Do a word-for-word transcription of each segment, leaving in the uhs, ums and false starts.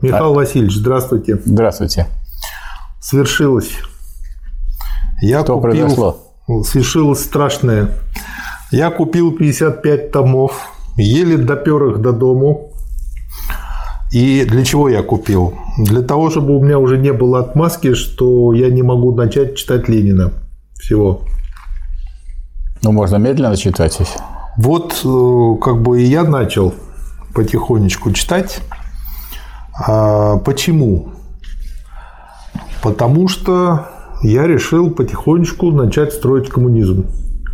Михаил а... Васильевич, здравствуйте. Здравствуйте. Свершилось. Я Что купил... произошло? Свершилось страшное. Я купил пятьдесят пять томов, еле допер их до дому. И для чего я купил? Для того, чтобы у меня уже не было отмазки, что я не могу начать читать Ленина. Всего. Ну, можно медленно читать. Вот как бы и я начал потихонечку читать. А почему? Потому что я решил потихонечку начать строить коммунизм.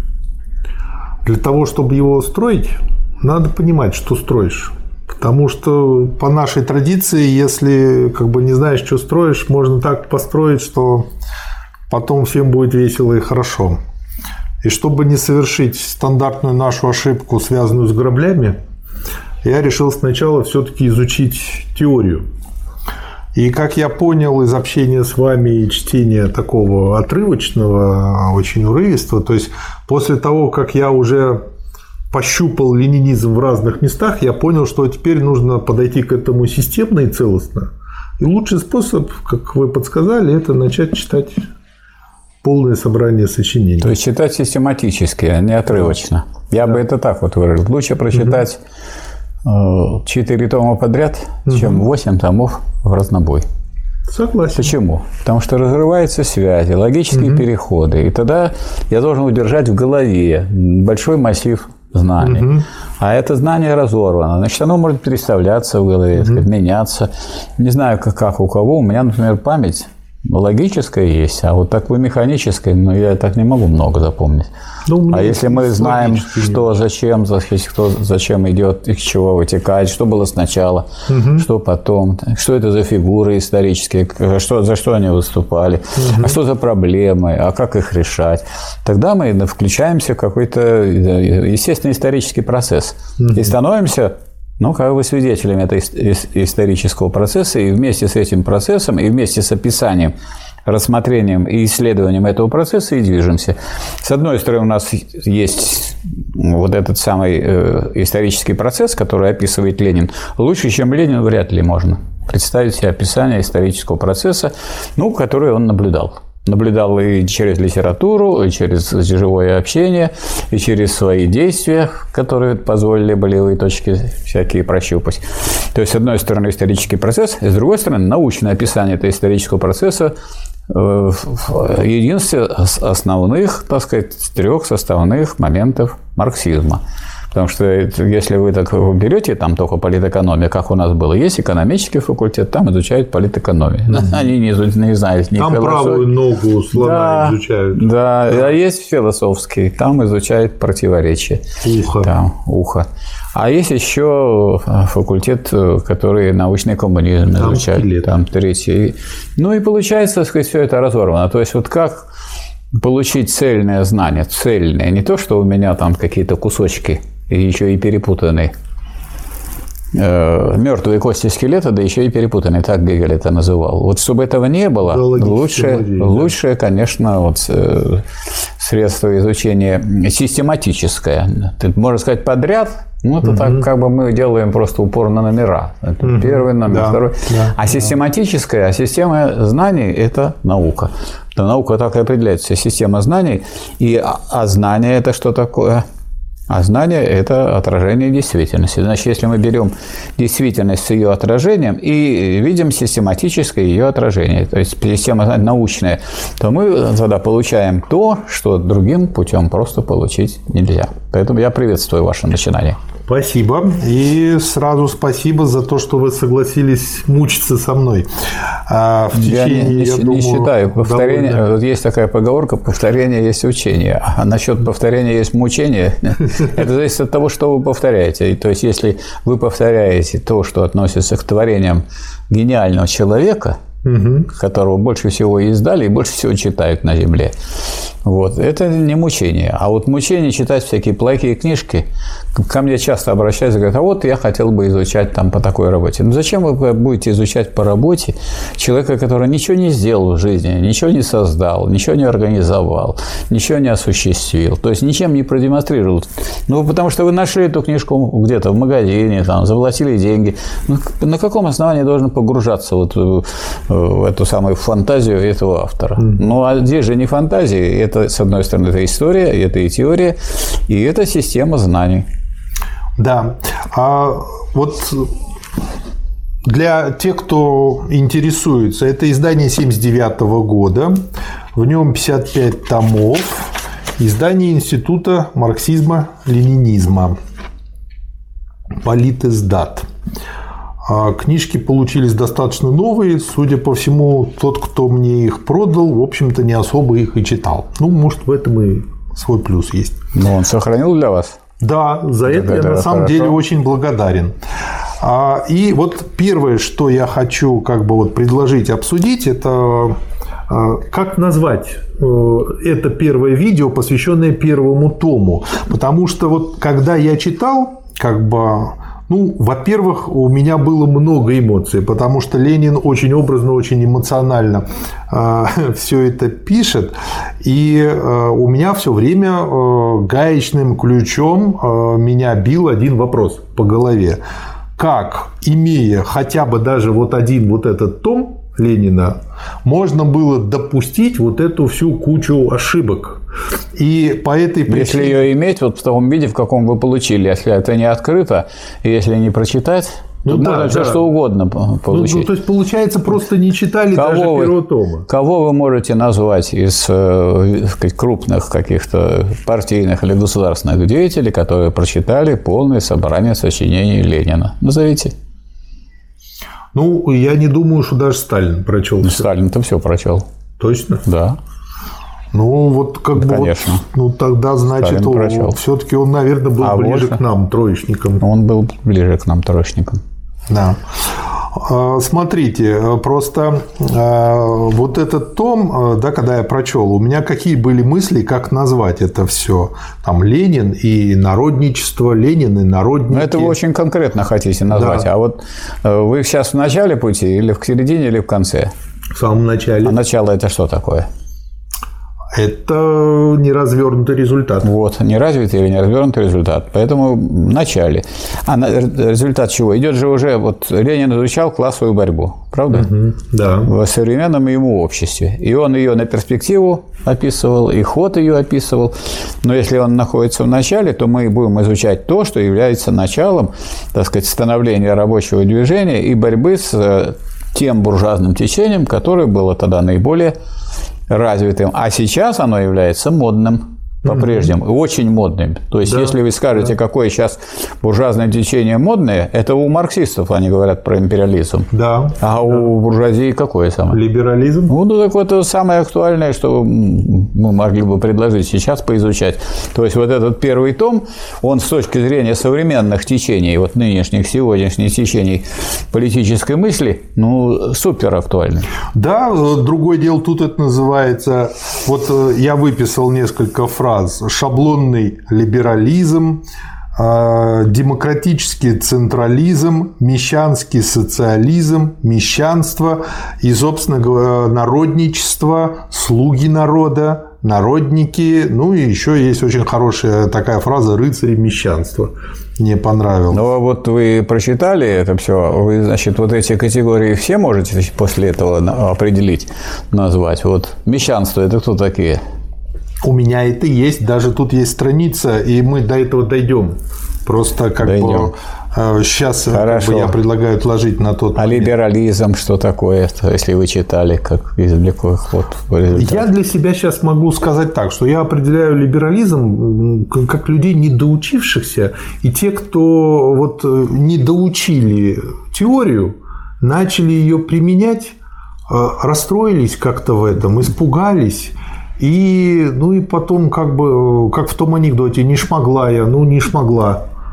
Для того, чтобы его строить, надо понимать, что строишь. Потому что по нашей традиции, если как бы не знаешь, что строишь, можно так построить, что потом всем будет весело и хорошо. И чтобы не совершить стандартную нашу ошибку, связанную с граблями, я решил сначала все-таки изучить теорию. И как я понял из общения с вами и чтения такого отрывочного, очень урывистого, то есть после того, как я уже пощупал ленинизм в разных местах, я понял, что теперь нужно подойти к этому системно и целостно. И лучший способ, как вы подсказали, это начать читать полное собрание сочинений. То есть читать систематически, а не отрывочно. Я да. бы это так вот выразил. Лучше прочитать четыре угу. тома подряд, угу. чем восемь томов в разнобой. Согласен. Почему? Потому что разрываются связи, логические угу. переходы. И тогда я должен удержать в голове большой массив знаний. Угу. А это знание разорвано. Значит, оно может переставляться в голове, угу. меняться. Не знаю, как, как у кого. У меня, например, память логическая есть, а вот такой механической, ну, я так не могу много запомнить. Ну, а если мы знаем, что, зачем, кто, зачем идет, из чего вытекает, что было сначала, угу. что потом, что это за фигуры исторические, что, за что они выступали, угу. а что за проблемы, а как их решать, тогда мы включаемся в какой-то, естественно, исторический процесс угу. и становимся... Ну, как бы свидетелями этого исторического процесса, и вместе с этим процессом, и вместе с описанием, рассмотрением и исследованием этого процесса и движемся. С одной стороны, у нас есть вот этот самый исторический процесс, который описывает Ленин. Лучше, чем Ленин, вряд ли можно представить себе описание исторического процесса, ну, который он наблюдал. Наблюдал и через литературу, и через живое общение, и через свои действия, которые позволили болевые точки всякие прощупать. То есть, с одной стороны, исторический процесс, и с другой стороны, научное описание этого исторического процесса в единстве основных, так сказать, трех составных моментов марксизма. Потому что если вы так берете там только политэкономию, как у нас было, есть экономический факультет, там изучают политэкономию. Mm-hmm. Они не, не знают ни там философии. Правую ногу слона да, изучают. Да, да, а есть философский, там изучают противоречия. Ухо. Там, ухо. А есть еще факультет, который научный коммунизм там изучает. Скелет. Там третий. Ну и получается, так сказать, все это разорвано. То есть вот как получить цельное знание, цельное, не то, что у меня там какие-то кусочки, и еще и перепутанные. Мертвые кости скелета, да еще и перепутанные, так Гегель это называл. Вот чтобы этого не было, лучшее, да. лучшее, конечно, вот, средство изучения систематическое. Ты можно сказать подряд, ну это угу. так как бы мы делаем просто упор на номера. Это угу. первый номер, да. второй. Да. А систематическое, а система знаний – это наука. Но наука так и определяется, система знаний. И, а знание – это что такое? А знание – это отражение действительности. Значит, если мы берем действительность с ее отражением и видим систематическое ее отражение, то есть система научная, то мы тогда получаем то, что другим путем просто получить нельзя. Поэтому я приветствую ваше начинание. Спасибо. И сразу спасибо за то, что вы согласились мучиться со мной. А в течение, я не, я не думаю, считаю. Повторение, довольно... вот есть такая поговорка: повторение есть учение. А насчет повторения есть мучение. Это зависит от того, что вы повторяете. То есть, если вы повторяете то, что относится к творениям гениального человека, угу. которого больше всего издали и больше всего читают на Земле, Вот. Это не мучение. А вот мучение читать всякие плохие книжки. Ко мне часто обращаются и говорят, а вот я хотел бы изучать там по такой работе. Ну зачем вы будете изучать по работе человека, который ничего не сделал в жизни, ничего не создал, ничего не организовал, ничего не осуществил, то есть ничем не продемонстрировал. Ну, потому что вы нашли эту книжку где-то в магазине, там, заплатили деньги. Ну, на каком основании должен погружаться вот в эту самую фантазию этого автора? Mm. Ну, а здесь же не фантазия, это, с одной стороны, это история, это и теория, и это система знаний. Да. А вот для тех, кто интересуется, это издание семьдесят девятого года, в нем пятьдесят пять томов, издание Института марксизма-ленинизма, Политиздат. Книжки получились достаточно новые, судя по всему, тот, кто мне их продал, в общем-то, не особо их и читал. Ну, может, в этом и свой плюс есть. Но он сохранил для вас? Да, за это, это я на самом хорошо. деле очень благодарен. И вот первое, что я хочу как бы вот предложить обсудить, это как назвать это первое видео, посвященное первому тому. Потому что вот когда я читал, как бы, ну, во-первых, у меня было много эмоций, потому что Ленин очень образно, очень эмоционально э, все это пишет, и э, у меня все время э, гаечным ключом э, меня бил один вопрос по голове. Как, имея хотя бы даже вот один вот этот том Ленина, можно было допустить вот эту всю кучу ошибок. И по этой причине... Если ее иметь вот в том виде, в каком вы получили, если это не открыто, если не прочитать, ну, то да, можно да. все что угодно получить. Ну, то есть, получается, просто не читали кого даже вы, первого тома. Кого вы можете назвать из сказать, крупных каких-то партийных или государственных деятелей, которые прочитали полное собрание сочинений Ленина? Назовите. Ну, я не думаю, что даже Сталин прочел. Сталин-то все прочел. Точно? Да. Ну, вот как бы. Конечно. Вот, ну, тогда, значит, все-таки он, наверное, был а ближе больше? к нам, троечникам. Он был ближе к нам, троечникам. Да. Смотрите, просто вот этот том, да, когда я прочел, у меня какие были мысли, как назвать это все? Там Ленин и народничество, Ленин и народники. Ну, это вы очень конкретно хотите назвать. Да. А вот вы сейчас в начале пути, или в середине, или в конце? В самом начале. А начало – это что такое? Это неразвернутый результат. Вот, неразвитый или неразвернутый результат. Поэтому в начале. А результат чего? Идет же уже, вот Ленин изучал классовую борьбу, правда? Угу, да. В современном ему обществе. И он ее на перспективу описывал, и ход ее описывал. Но если он находится в начале, то мы будем изучать то, что является началом, так сказать, становления рабочего движения и борьбы с тем буржуазным течением, которое было тогда наиболее развитым, а сейчас оно является модным по-прежнему, mm-hmm. очень модным. То есть, да, если вы скажете, да. какое сейчас буржуазное течение модное, это у марксистов они говорят про империализм. Да. А да. у буржуазии какое самое? Либерализм. Ну, ну, так вот, это самое актуальное, что мы могли бы предложить сейчас поизучать. То есть, вот этот первый том, он с точки зрения современных течений, вот нынешних, сегодняшних течений политической мысли, ну, супер актуальный. Да, другое дело, тут это называется, вот я выписал несколько фраз. Шаблонный либерализм, демократический централизм, мещанский социализм, мещанство и, собственно говоря, народничество, слуги народа, народники, ну и еще есть очень хорошая такая фраза «рыцари мещанства». Мне понравилось. Ну, вот вы прочитали это все, вы, значит, вот эти категории все можете после этого определить, назвать. Вот мещанство – это кто такие? У меня это есть, даже тут есть страница, и мы до этого дойдем. Просто как дойдем. бы сейчас как бы, я предлагаю отложить на тот а момент. Либерализм что такое, если вы читали, как извлеклый ход? Я для себя сейчас могу сказать так, что я определяю либерализм как людей недоучившихся, и те, кто вот не доучили теорию, начали ее применять, расстроились как-то в этом, испугались. И, ну и потом, как бы, как в том анекдоте, не шмогла я, ну не шмогла.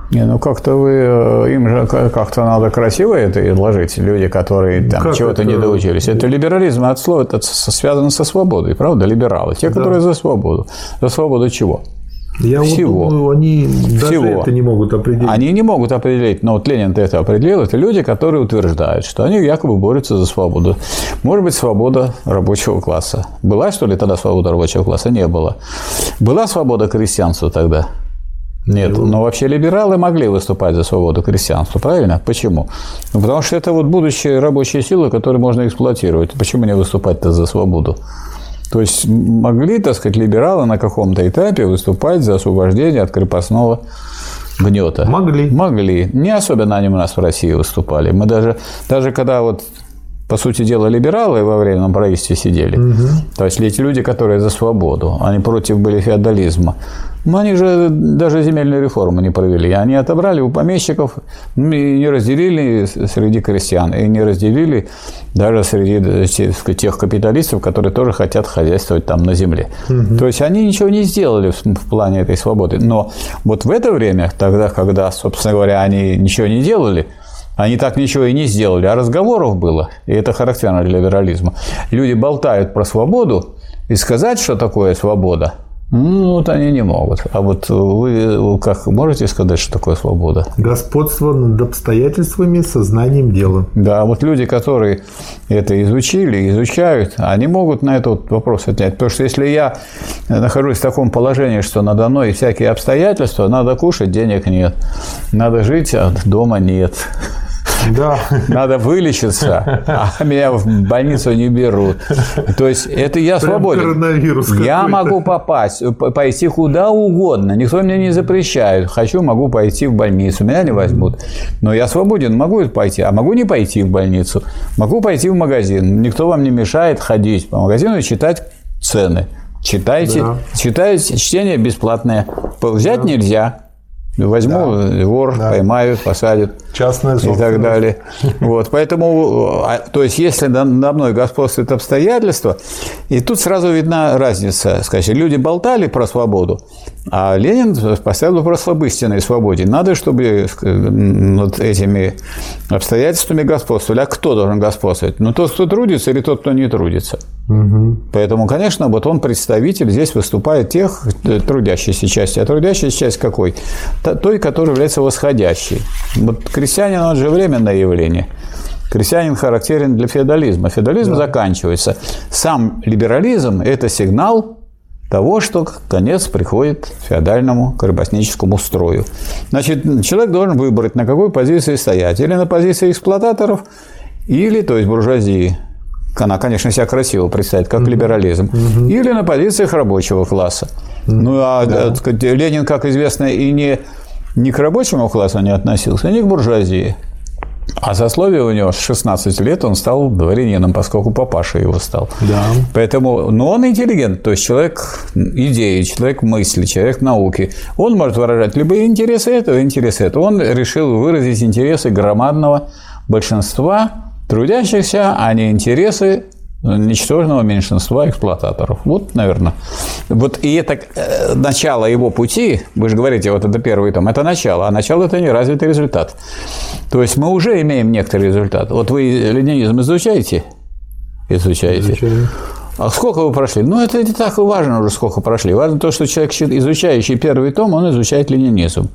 Не, ну как-то вы, им же как-то надо красиво это изложить, люди, которые там чего-то не доучились. Это либерализм от слова, это связано со свободой, правда, либералы. Те, которые да. за свободу. За свободу чего? Я Всего. Вот думаю, они даже Всего. это не могут определить. Они не могут определить, но вот Ленин это определил. Это люди, которые утверждают, что они якобы борются за свободу. Может быть, свобода рабочего класса. Была, что ли, тогда свобода рабочего класса? Не было. Была свобода крестьянства тогда? Нет, но вообще либералы могли выступать за свободу крестьянства, правильно? Почему? Ну, потому что это вот будущие рабочие силы, которые можно эксплуатировать. Почему не выступать-то за свободу? То есть могли, так сказать, либералы на каком-то этапе выступать за освобождение от крепостного гнета? Могли. Могли. Не особенно они у нас в России выступали. Мы даже, даже когда вот, по сути дела, либералы во временном правительстве сидели, угу. то есть эти люди, которые за свободу, они против были феодализма. Но они же даже земельную реформу не провели. Они отобрали у помещиков и не разделили среди крестьян, и не разделили даже среди тех капиталистов, которые тоже хотят хозяйствовать там на земле. Угу. То есть они ничего не сделали в плане этой свободы. Но вот в это время, тогда, когда, собственно говоря, они ничего не делали, они так ничего и не сделали, а разговоров было, и это характерно для либерализма. Люди болтают про свободу, и сказать, что такое свобода, ну, вот они не могут. А вот вы как можете сказать, что такое свобода? Господство над обстоятельствами, сознанием дела. Да, вот люди, которые это изучили, изучают, они могут на этот вопрос отнять. Потому что если я нахожусь в таком положении, что надо мной всякие обстоятельства, надо кушать, денег нет. Надо жить, а дома нет. Да. Надо вылечиться, а меня в больницу не берут. То есть это я свободен. Коронавирус я какой-то. могу попасть, пойти куда угодно. Никто мне не запрещает. Хочу, могу пойти в больницу. Меня не возьмут. Но я свободен, могу пойти, а могу не пойти в больницу. Могу пойти в магазин. Никто вам не мешает ходить по магазину и читать цены. Читайте. Да. Читайте. Чтение бесплатное. Взять да. нельзя. Возьму, да. вор, да. поймают, посадят. Частная собственность. И так далее. Вот, поэтому, то есть, если надо мной господствует обстоятельства, и тут сразу видна разница. Скажем, люди болтали про свободу, а Ленин поставил вопрос об истинной свободе. Надо, чтобы над этими обстоятельствами господствовали. А кто должен господствовать? Ну, тот, кто трудится, или тот, кто не трудится. Угу. Поэтому, конечно, вот он представитель, здесь выступает тех трудящейся части. А трудящаяся часть какой? Той, которая является восходящей. Вот крестьянин, он же временное явление. Крестьянин характерен для феодализма. Феодализм да. заканчивается. Сам либерализм – это сигнал того, что конец приходит к феодальному крепостническому строю. Значит, человек должен выбрать, на какой позиции стоять. Или на позиции эксплуататоров, или, то есть, буржуазии. Она, конечно, себя красиво представит, как mm-hmm. либерализм. Mm-hmm. Или на позициях рабочего класса. Mm-hmm. Ну, а да. сказать, Ленин, как известно, и не, не к рабочему классу не относился, не к буржуазии. А сословие у него с шестнадцати лет он стал дворянином, поскольку папаша его стал. Да. Поэтому, но он интеллигент, то есть человек идеи, человек мысли, человек науки. Он может выражать либо интересы этого, интересы этого. Он решил выразить интересы громадного большинства трудящихся, а не интересы ничтожного меньшинства эксплуататоров. Вот, наверное. Вот и это начало его пути, вы же говорите, вот это первый том, это начало, а начало – это неразвитый результат. То есть мы уже имеем некоторый результат. Вот вы ленинизм изучаете? Изучаете. Изучаем. А сколько вы прошли? Ну, это не так важно уже, сколько прошли. Важно то, что человек, изучающий первый том, он изучает ленинизм.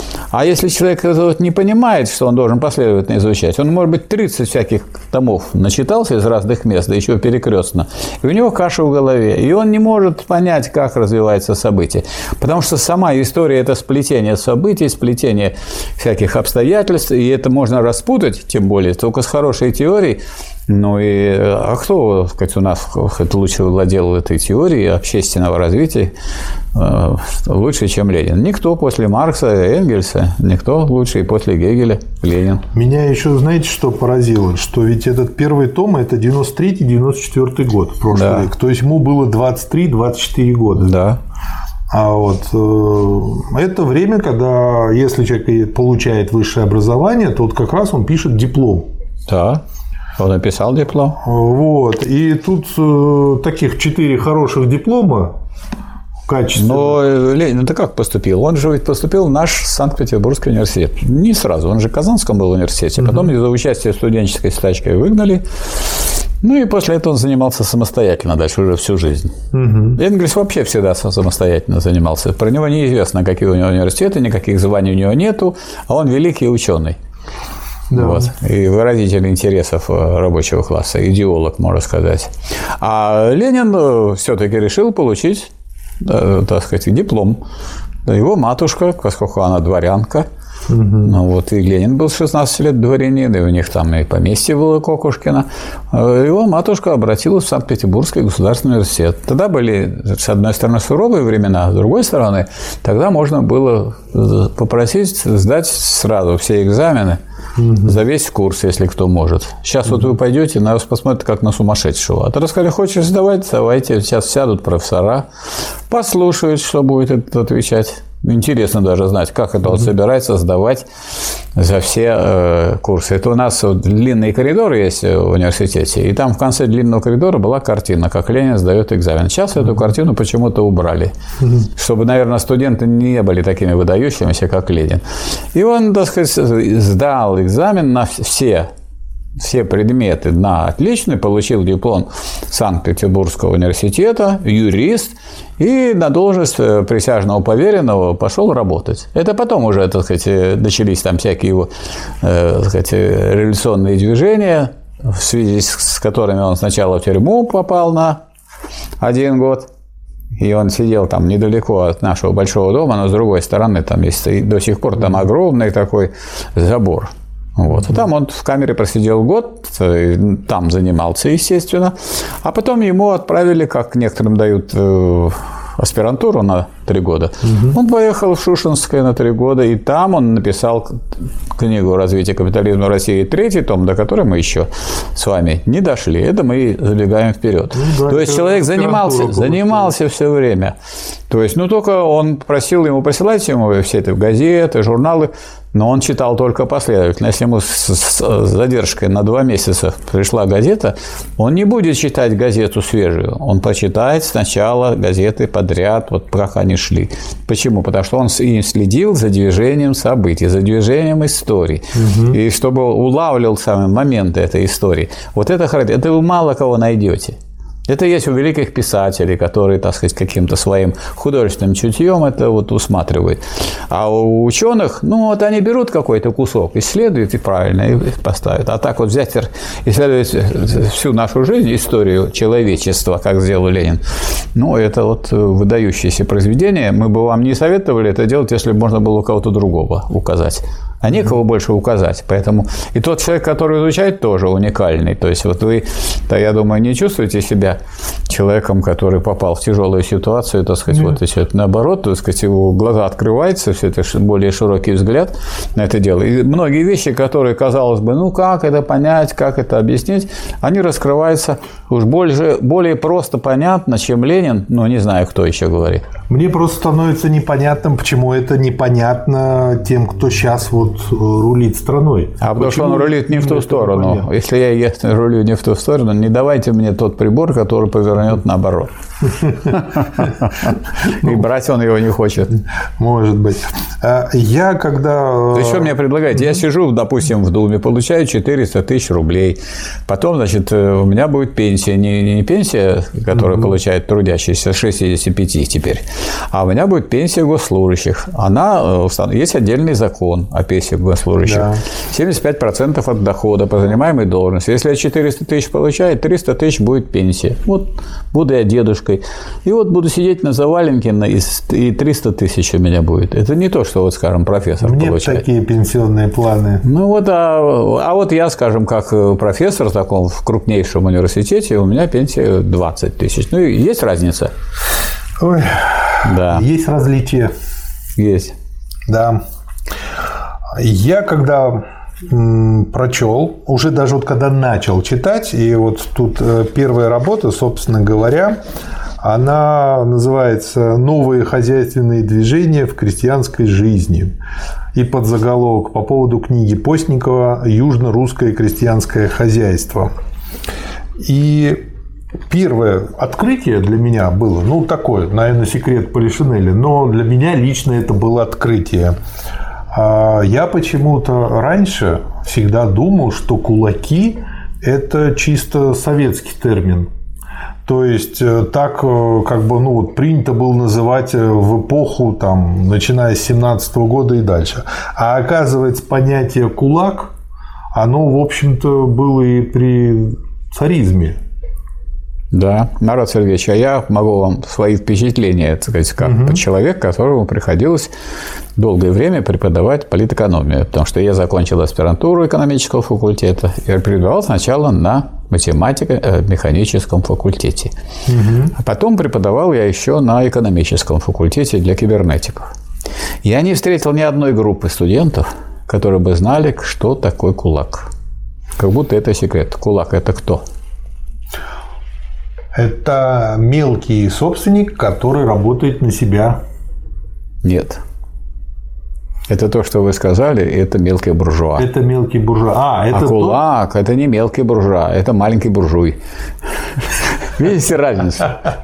А если человек вот не понимает, что он должен последовательно изучать, он, может быть, тридцать всяких томов начитался из разных мест, да еще перекрестно, и у него каша в голове, и он не может понять, как развивается событие. Потому что сама история – это сплетение событий, сплетение всяких обстоятельств, и это можно распутать, тем более, только с хорошей теорией. Ну и а кто, так сказать, у нас лучше владел этой теорией общественного развития лучше, чем Ленин? Никто после Маркса, Энгельса, никто лучше и после Гегеля Ленин. Меня еще, знаете, что поразило? Что ведь этот первый том – это девяносто третий - девяносто четвёртый год, прошлый да. век. То есть ему было двадцать три - двадцать четыре года. Да. А вот э, это время, когда, если человек получает высшее образование, то вот как раз он пишет диплом. Да. Он написал диплом. Вот. И тут э, таких четыре хороших диплома Качественно. Но Ленин-то как поступил? Он же ведь поступил в наш Санкт-Петербургский университет. Не сразу, он же в Казанском был университете. Потом из-за участия в студенческой стачке выгнали. Ну и после этого он занимался самостоятельно дальше уже всю жизнь. Угу. Энгельс вообще всегда самостоятельно занимался. Про него неизвестно, какие у него университеты, никаких званий у него нету, а он великий ученый. Да. Вот. И выразитель интересов рабочего класса, идеолог, можно сказать. А Ленин все-таки решил получить, так сказать, диплом. Его матушка, поскольку она дворянка, угу. ну, вот и Ленин был шестнадцать лет дворянин, и у них там и поместье было Кокушкино. Его матушка обратилась в Санкт-Петербургский государственный университет. Тогда были, с одной стороны, суровые времена, с другой стороны, тогда можно было попросить сдать сразу все экзамены угу. за весь курс, если кто может. Сейчас угу. вот вы пойдете, на вас посмотрят как на сумасшедшего. А тогда сказали, хочешь сдавать, давайте. Сейчас сядут профессора, послушают, что будет этот отвечать. Интересно даже знать, как это он собирается сдавать за все э, курсы. Это у нас вот длинный коридор есть в университете, и там в конце длинного коридора была картина, как Ленин сдает экзамен. Сейчас эту картину почему-то убрали, чтобы, наверное, студенты не были такими выдающимися, как Ленин. И он, так сказать, сдал экзамен на все все предметы на отлично, получил диплом Санкт-Петербургского университета, юрист, и на должность присяжного поверенного пошел работать. Это потом уже, так сказать, начались там всякие его, так сказать, революционные движения, в связи с которыми он сначала в тюрьму попал на один год, и он сидел там недалеко от нашего большого дома, но с другой стороны там есть до сих пор там огромный такой забор. Вот. И там он в камере просидел год, там занимался, естественно. А потом ему отправили, как некоторым дают аспирантуру на три года. Угу. Он поехал в Шушинское на три года, и там он написал книгу «Развитие капитализма в России», третий том, до которой мы еще с вами не дошли. Это мы забегаем вперед. Ну, да, то есть человек занимался, занимался все время. То есть, ну, только он просил ему присылать ему все эти газеты, журналы, но он читал только последовательно. Если ему с задержкой на два месяца пришла газета, он не будет читать газету свежую. Он прочитает сначала газеты подряд, вот как они шли. Почему? Потому что он следил за движением событий, за движением истории. Угу. И чтобы улавливал самые моменты этой истории. Вот это характер. Это вы мало кого найдете. Это есть у великих писателей, которые, так сказать, каким-то своим художественным чутьем это вот усматривают. А у ученых, ну, вот они берут какой-то кусок, исследуют и правильно и поставят. А так вот взять, исследовать всю нашу жизнь, историю человечества, как сделал Ленин, ну, это вот выдающееся произведение. Мы бы вам не советовали это делать, если бы можно было у кого-то другого указать. А некого больше указать. Поэтому и тот человек, который изучает, тоже уникальный. То есть вот вы, да, я думаю, не чувствуете себя человеком, который попал в тяжелую ситуацию, так сказать, вот еще наоборот, так сказать, его глаза открываются, все это более широкий взгляд на это дело. И многие вещи, которые, казалось бы, ну как это понять, как это объяснить, они раскрываются уж больше, более просто понятно, чем Ленин, ну не знаю, кто еще говорит. Мне просто становится непонятным, почему это непонятно тем, кто сейчас вот рулит страной. А потому что он рулит не в ту сторону. Если я, я рулю не в ту сторону, не давайте мне тот прибор, который повернет наоборот. И брать он его не хочет. Может быть. Я когда... Ты что мне предлагаете? Я сижу, допустим, в Думе, получаю четыреста тысяч рублей. Потом, значит, у меня будет пенсия. Не, не пенсия, которую получает трудящийся, шестьдесят пять теперь, а у меня будет пенсия госслужащих. Она... Есть отдельный закон о пенсии госслужащих. Да. семьдесят пять процентов от дохода по занимаемой должности. Если я четыреста тысяч получаю, триста тысяч будет пенсия. Вот буду я дедушкой. И вот буду сидеть на заваленке, и триста тысяч у меня будет. Это не то, что, вот, скажем, профессор Нет получает. Такие пенсионные планы. Ну вот, а, а вот я, скажем, как профессор в таком в крупнейшем университете, у меня пенсия двадцать тысяч. Ну, и есть разница? Ой, да. Есть различия. Есть. Да. Я когда прочел, уже даже вот когда начал читать, и вот тут первая работа, собственно говоря, она называется «Новые хозяйственные движения в крестьянской жизни». И подзаголовок по поводу книги Постникова «Южно-русское крестьянское хозяйство». И первое открытие для меня было, ну, такое, наверное, секрет Полишинеля, но для меня лично это было открытие. Я почему-то раньше всегда думал, что кулаки – это чисто советский термин. То есть, так как бы, ну, вот, принято было называть в эпоху, там, начиная с семнадцатого года и дальше. А оказывается, понятие «кулак», оно, в общем-то, было и при царизме. Да, Марат Сергеевич, а я могу вам свои впечатления, так сказать, как угу. человек, которому приходилось долгое время преподавать политэкономию, потому что я закончил аспирантуру экономического факультета и преподавал сначала на математико-механическом факультете. Угу. А потом преподавал я еще на экономическом факультете для кибернетиков. Я не встретил ни одной группы студентов, которые бы знали, что такое кулак. Как будто это секрет. Кулак – это кто? Это мелкий собственник, который работает на себя. Нет. Это то, что вы сказали, это мелкий буржуа. Это мелкий буржуа. А, это а кулак то... – это не мелкий буржуа, это маленький буржуй. Видите разницу?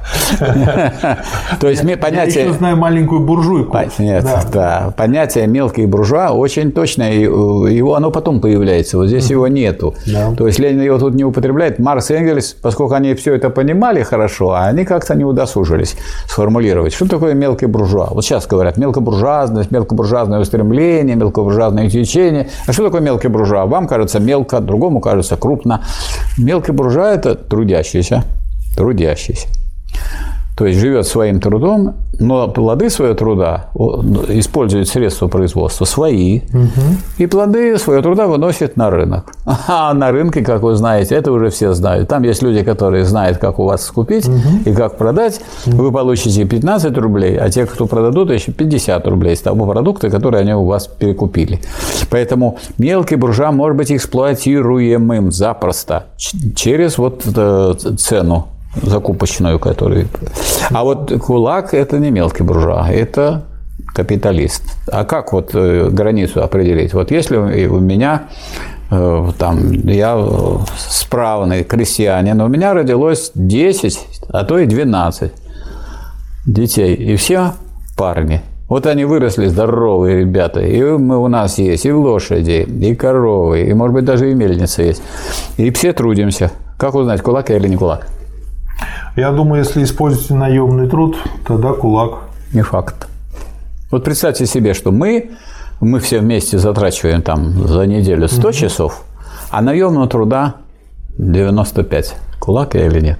То есть понятие... Я еще знаю маленькую буржуйку. Нет, да. да. Понятие мелкий буржуа очень точное, его оно потом появляется, вот здесь его нету. Да. То есть Ленин его тут не употребляет. Маркс и Энгельс, поскольку они все это понимали хорошо, а они как-то не удосужились сформулировать, что такое мелкий буржуа. Вот сейчас говорят мелкобуржуазность, мелкобуржуазное устремление, мелкобуржуазное течение. А что такое мелкий буржуа? Вам кажется мелко, другому кажется крупно. Мелкий буржуа – это трудящийся. Трудящийся. То есть живет своим трудом, но плоды своего труда использует средства производства свои, угу. и плоды своего труда выносит на рынок. А на рынке, как вы знаете, это уже все знают. Там есть люди, которые знают, как у вас скупить угу. и как продать. Вы получите пятнадцать рублей, а те, кто продадут, еще пятьдесят рублей с того продукта, который они у вас перекупили. Поэтому мелкий буржуа может быть эксплуатируемым запросто через вот цену закупочную, которую... А вот кулак – это не мелкий буржуа, это капиталист. А как вот границу определить? Вот если у меня, там, я справный крестьянин, у меня родилось десять, а то и двенадцать детей, и все парни. Вот они выросли здоровые ребята, и мы, у нас есть и лошади, и коровы, и, может быть, даже и мельница есть. И все трудимся. Как узнать, кулак я или не кулак? Я думаю, если используете наемный труд, тогда кулак. Не факт. Вот представьте себе, что мы, мы все вместе затрачиваем там за неделю сто угу. часов, а наемного труда девяносто пять. Кулак я или нет?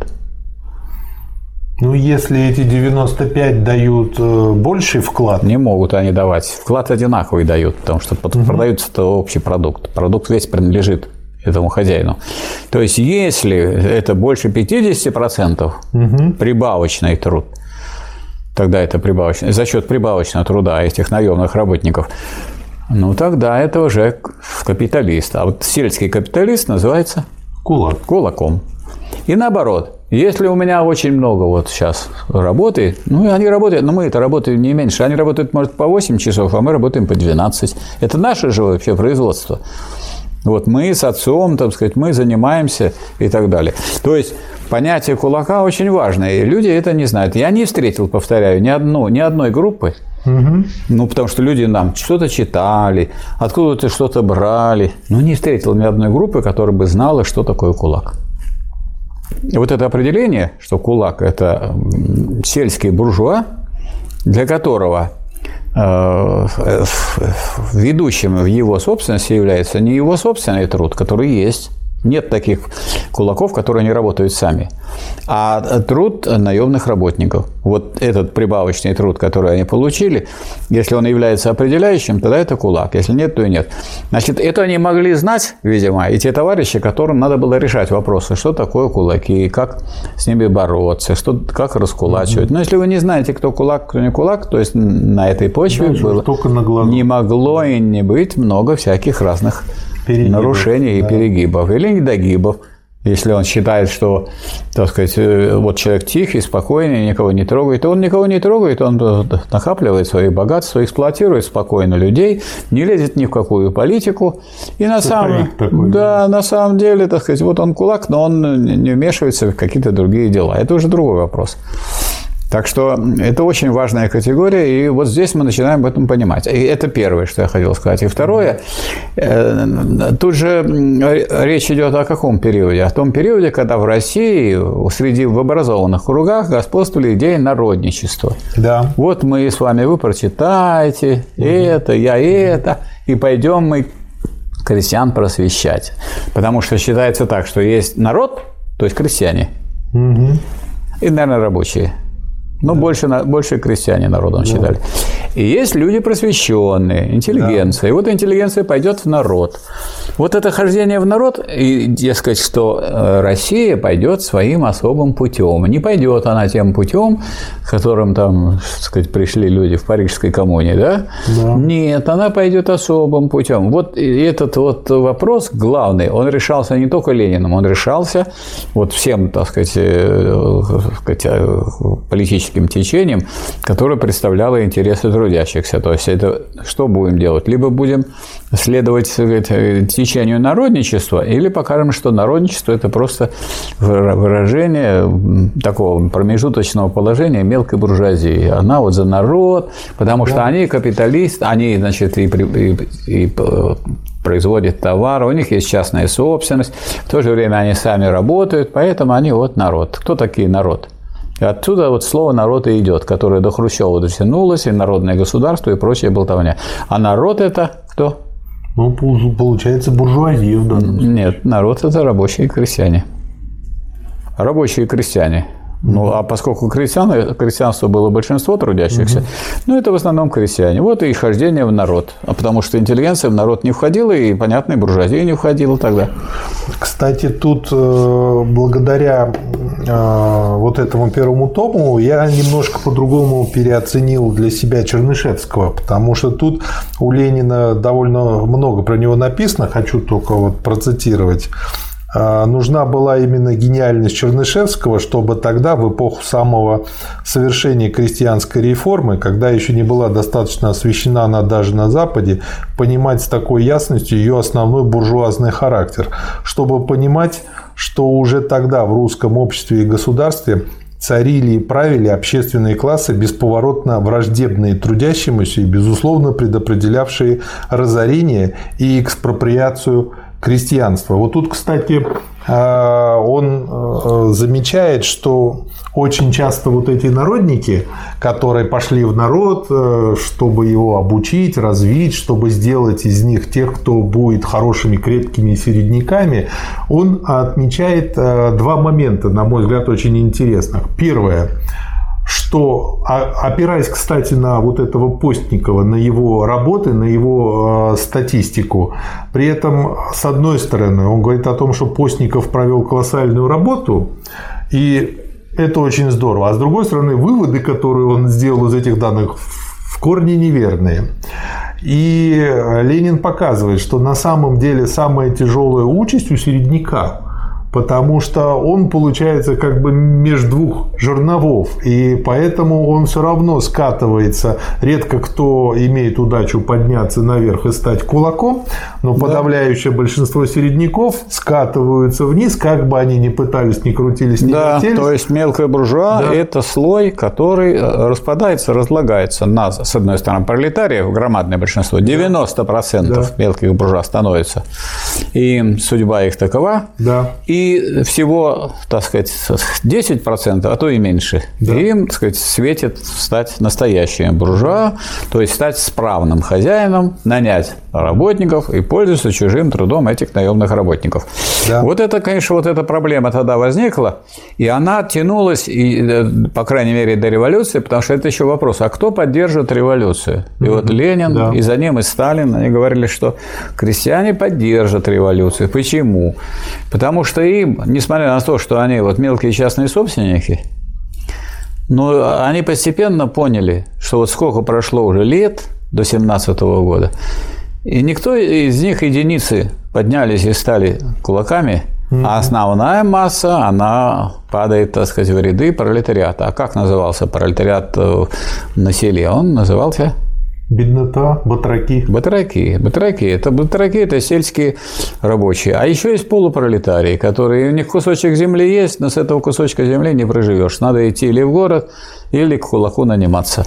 Ну, если эти девяносто пять дают больший вклад... Не могут они давать. Вклад одинаковый дают, потому что угу. продается-то общий продукт. Продукт весь принадлежит этому хозяину. То есть, если это больше пятьдесят процентов угу. прибавочный труд, тогда это прибавочный, за счет прибавочного труда этих наемных работников, ну, тогда это уже капиталист. А вот сельский капиталист называется кулак. Кулаком. И наоборот, если у меня очень много вот сейчас работы, ну, они работают, но мы это работаем не меньше, они работают, может, по восемь часов, а мы работаем по двенадцать. Это наше же вообще производство. Вот мы с отцом, так сказать, мы занимаемся и так далее. То есть понятие кулака очень важное, и люди это не знают. Я не встретил, повторяю, ни, одну, ни одной группы, угу. ну, потому что люди нам что-то читали, откуда-то что-то брали. Но не встретил ни одной группы, которая бы знала, что такое кулак. И вот это определение, что кулак – это сельский буржуа, для которого ведущим в его собственности является не его собственный труд, который есть. Нет таких кулаков, которые не работают сами, а труд наемных работников. Вот этот прибавочный труд, который они получили, если он является определяющим, тогда это кулак. Если нет, то и нет. Значит, это они могли знать, видимо, и те товарищи, которым надо было решать вопросы, что такое кулаки, как с ними бороться, что, как раскулачивать. Mm-hmm. Но если вы не знаете, кто кулак, кто не кулак, то есть на этой почве да, было, не могло и не быть много всяких разных перегибов, нарушений да. и перегибов, или недогибов. Если он считает, что, так сказать, вот человек тихий, спокойный, никого не трогает, то он никого не трогает, он накапливает свои богатства, эксплуатирует спокойно людей, не лезет ни в какую политику. И на самом, такой, да, да. на самом деле, так сказать, вот он кулак, но он не вмешивается в какие-то другие дела. Это уже другой вопрос. Так что это очень важная категория, и вот здесь мы начинаем об этом понимать. И это первое, что я хотел сказать. И второе, тут же речь идет о каком периоде? О том периоде, когда в России среди в образованных кругах господствовали идеи народничества. Да. Вот мы с вами, вы прочитаете угу. это, я это, и пойдем мы крестьян просвещать. Потому что считается так, что есть народ, то есть крестьяне, угу. и, наверное, рабочие. Но да. больше, больше крестьяне народом да. считали. И есть люди просвещенные, интеллигенция. Да. И вот интеллигенция пойдет в народ. Вот это хождение в народ, и, дескать, что Россия пойдет своим особым путем. Не пойдет она тем путем, которым там, так сказать, пришли люди в Парижской коммуне, да? Да. Нет, она пойдет особым путем. Вот этот вот вопрос главный, он решался не только Лениным, он решался вот всем, так сказать, политическим течением, которое представляло интересы трудящихся. То есть, это что будем делать? Либо будем следовать, сказать, течению народничества, или покажем, что народничество – это просто выражение такого промежуточного положения мелкой буржуазии. Она вот за народ, потому что да. они капиталисты, они, значит, и, и, и производят товар, у них есть частная собственность, в то же время они сами работают, поэтому они вот народ. Кто такие народ? И отсюда вот слово «народ» и идет, которое до Хрущева дотянулось, и народное государство, и прочее болтовня. А народ – это кто? Ну, получается, буржуазия в данном случае. Нет, народ – это рабочие и крестьяне. Рабочие и крестьяне. Ну, а поскольку крестьян, крестьянство было большинство трудящихся, угу. ну, это в основном крестьяне. Вот и хождение в народ. А потому что интеллигенция в народ не входила, и, понятно, и буржуазия не входила тогда. Кстати, тут благодаря вот этому первому тому я немножко по-другому переоценил для себя Чернышевского, потому что тут у Ленина довольно много про него написано, хочу только вот процитировать. Нужна была именно гениальность Чернышевского, чтобы тогда, в эпоху самого совершения крестьянской реформы, когда еще не была достаточно освещена она даже на Западе, понимать с такой ясностью ее основной буржуазный характер, чтобы понимать, что уже тогда в русском обществе и государстве царили и правили общественные классы, бесповоротно враждебные трудящемуся и, безусловно, предопределявшие разорение и экспроприацию крестьянства. Вот тут, кстати, он замечает, что очень часто вот эти народники, которые пошли в народ, чтобы его обучить, развить, чтобы сделать из них тех, кто будет хорошими, крепкими середняками, он отмечает два момента, на мой взгляд, очень интересных. Первое, что, опираясь, кстати, на вот этого Постникова, на его работы, на его статистику, при этом, с одной стороны, он говорит о том, что Постников провел колоссальную работу, и это очень здорово, а с другой стороны, выводы, которые он сделал из этих данных, в корне неверные. И Ленин показывает, что на самом деле самая тяжелая участь у середняка, потому что он, получается, как бы между двух жерновов, и поэтому он все равно скатывается. Редко кто имеет удачу подняться наверх и стать кулаком, но да. подавляющее большинство середняков скатываются вниз, как бы они ни пытались, ни крутились, ни да, вертелись. То есть мелкая буржуа да. – это слой, который распадается, разлагается на, с одной стороны, пролетариев, громадное большинство, девяносто процентов да. мелких буржуа становится, и судьба их такова. Да. И И всего, так сказать, десять процентов, а то и меньше, да. им, так сказать, светит стать настоящим буржуа, то есть стать справным хозяином, нанять работников и пользоваться чужим трудом этих наемных работников. Да. Вот это, конечно, вот эта проблема тогда возникла, и она тянулась, и, по крайней мере, до революции, потому что это еще вопрос, а кто поддерживает революцию? И mm-hmm. вот Ленин, да. и за ним и Сталин, они говорили, что крестьяне поддержат революцию. Почему? Потому что им, несмотря на то, что они вот мелкие частные собственники, но они постепенно поняли, что вот сколько прошло уже лет до семнадцатого года, и никто из них, единицы, поднялись и стали кулаками, Mm-hmm. А основная масса, она падает, так сказать, в ряды пролетариата. А как назывался пролетариат на селе? Он назывался... Беднота, батраки. Батраки. Батраки. Это батраки, это сельские рабочие. А еще есть полупролетарии, которые у них кусочек земли есть, но с этого кусочка земли не проживешь. Надо идти или в город, или к кулаку наниматься.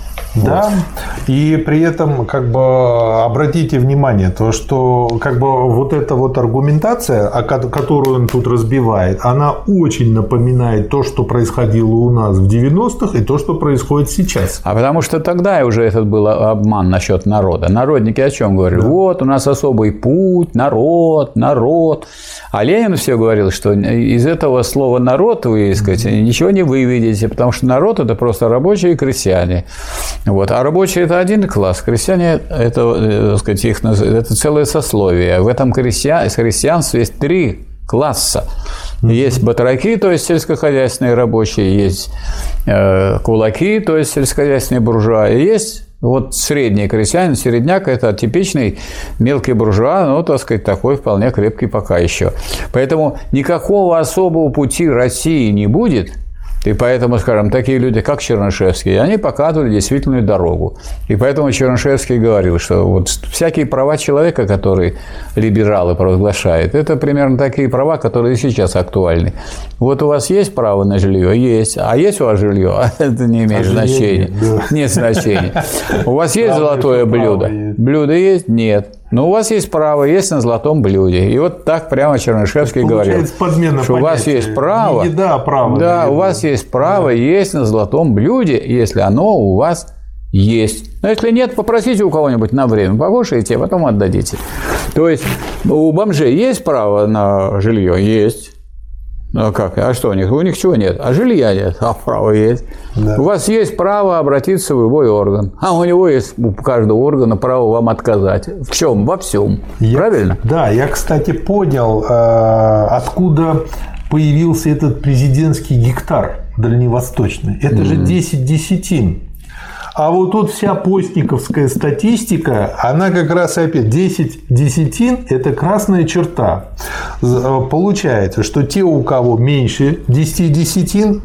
Да, вот. И при этом, как бы, обратите внимание, то, что, как бы, вот эта вот аргументация, которую он тут разбивает, она очень напоминает то, что происходило у нас в девяностых, и то, что происходит сейчас. А потому что тогда уже этот был обман насчет народа. Народники о чем говорили? Да. Вот, у нас особый путь, народ, народ. А Ленин все говорил, что из этого слова «народ» вы, так сказать, mm-hmm. ничего не выведете, потому что народ – это просто рабочие и крестьяне. Вот. А рабочие – это один класс, крестьяне – это, так сказать, их, это целое сословие. В этом крестьян, христианстве есть три класса. Есть батраки, то есть сельскохозяйственные рабочие, есть э, кулаки, то есть сельскохозяйственные буржуа, и есть вот средний крестьянин, середняк – это типичный мелкий буржуа, ну, так сказать, такой вполне крепкий пока еще. Поэтому никакого особого пути России не будет. И поэтому, скажем, такие люди, как Чернышевский, они показывали действительную дорогу. И поэтому Чернышевский говорил, что вот всякие права человека, которые либералы провозглашают, это примерно такие права, которые сейчас актуальны. Вот у вас есть право на жилье? Есть. А есть у вас жилье? Это не имеет а значения. Да. Нет значения. У вас есть Главное, золотое блюдо? Есть. Блюдо есть? Нет. Но у вас есть право есть на золотом блюде. И вот так прямо Чернышевский говорил, что у вас есть право, не еда, а право да, у вас есть право да. есть на золотом блюде, если оно у вас есть. Но если нет, попросите у кого-нибудь на время, покушайте, а потом отдадите. То есть у бомжей есть право на жилье? Есть. Ну как? А что у них? У них чего нет? А жилья нет, а право есть. Да. У вас есть право обратиться в любой орган, а у него есть у каждого органа право вам отказать. В чем? Во всем. Я, правильно? Да, я, кстати, понял, откуда появился этот президентский гектар дальневосточный. Это mm-hmm. же десять десятин. А вот тут вся постниковская статистика, она как раз опять десять десятин – это красная черта. Получается, что те, у кого меньше десяти десятин,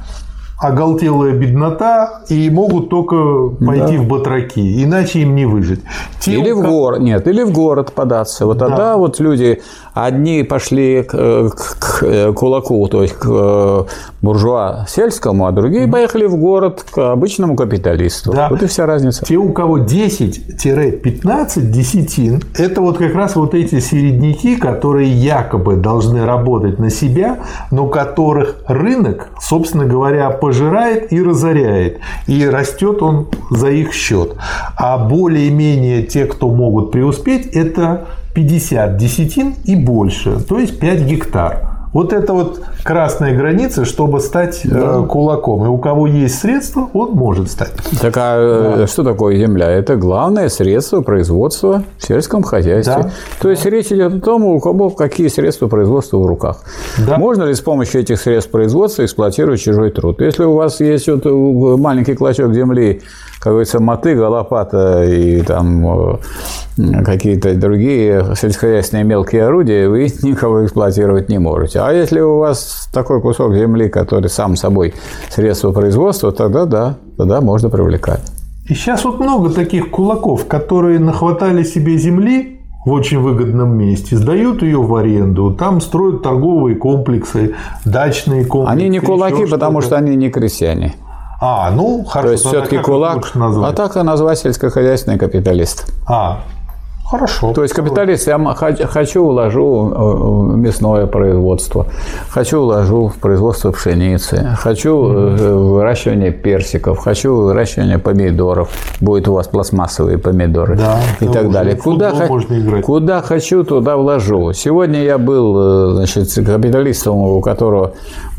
оголтелая беднота, и могут только пойти да. в батраки, иначе им не выжить. Те, или в кого... город, нет, или в город податься. Вот да. тогда вот люди одни пошли к, к, к кулаку, то есть к буржуа сельскому, а другие поехали в город к обычному капиталисту. Да. Вот и вся разница. Те, у кого десять-пятнадцать десятин, это вот как раз вот эти середняки, которые якобы должны работать на себя, но которых рынок, собственно говоря, пожирает и разоряет. И растет он за их счет. А более-менее те, кто могут преуспеть, это пятьдесят десятин и больше, то есть пять гектар. Вот это вот красная граница, чтобы стать да. кулаком. И у кого есть средства, он может стать. Так а да. что такое земля? Это главное средство производства в сельском хозяйстве. Да. То есть да. речь идет о том, у кого какие средства производства в руках. Да. Можно ли с помощью этих средств производства эксплуатировать чужой труд? Если у вас есть вот маленький клочок земли, как говорится, мотыга, лопата и там какие-то другие сельскохозяйственные мелкие орудия, вы никого эксплуатировать не можете. А если у вас такой кусок земли, который сам собой средство производства, тогда да, тогда можно привлекать. И сейчас вот много таких кулаков, которые нахватали себе земли в очень выгодном месте, сдают ее в аренду, там строят торговые комплексы, дачные комплексы. Они не кулаки, потому что они не крестьяне. А, ну, хорошо. То есть, все-таки кулак, а так и назвать сельскохозяйственный капиталист. А, хорошо. То есть, капиталист, я хочу вложу в мясное производство, хочу вложу в производство пшеницы, хочу в выращивание персиков, хочу в выращивание помидоров, будет у вас пластмассовые помидоры да, и так далее. Куда, куда хочу, туда вложу. Сегодня я был, значит, капиталистом, у которого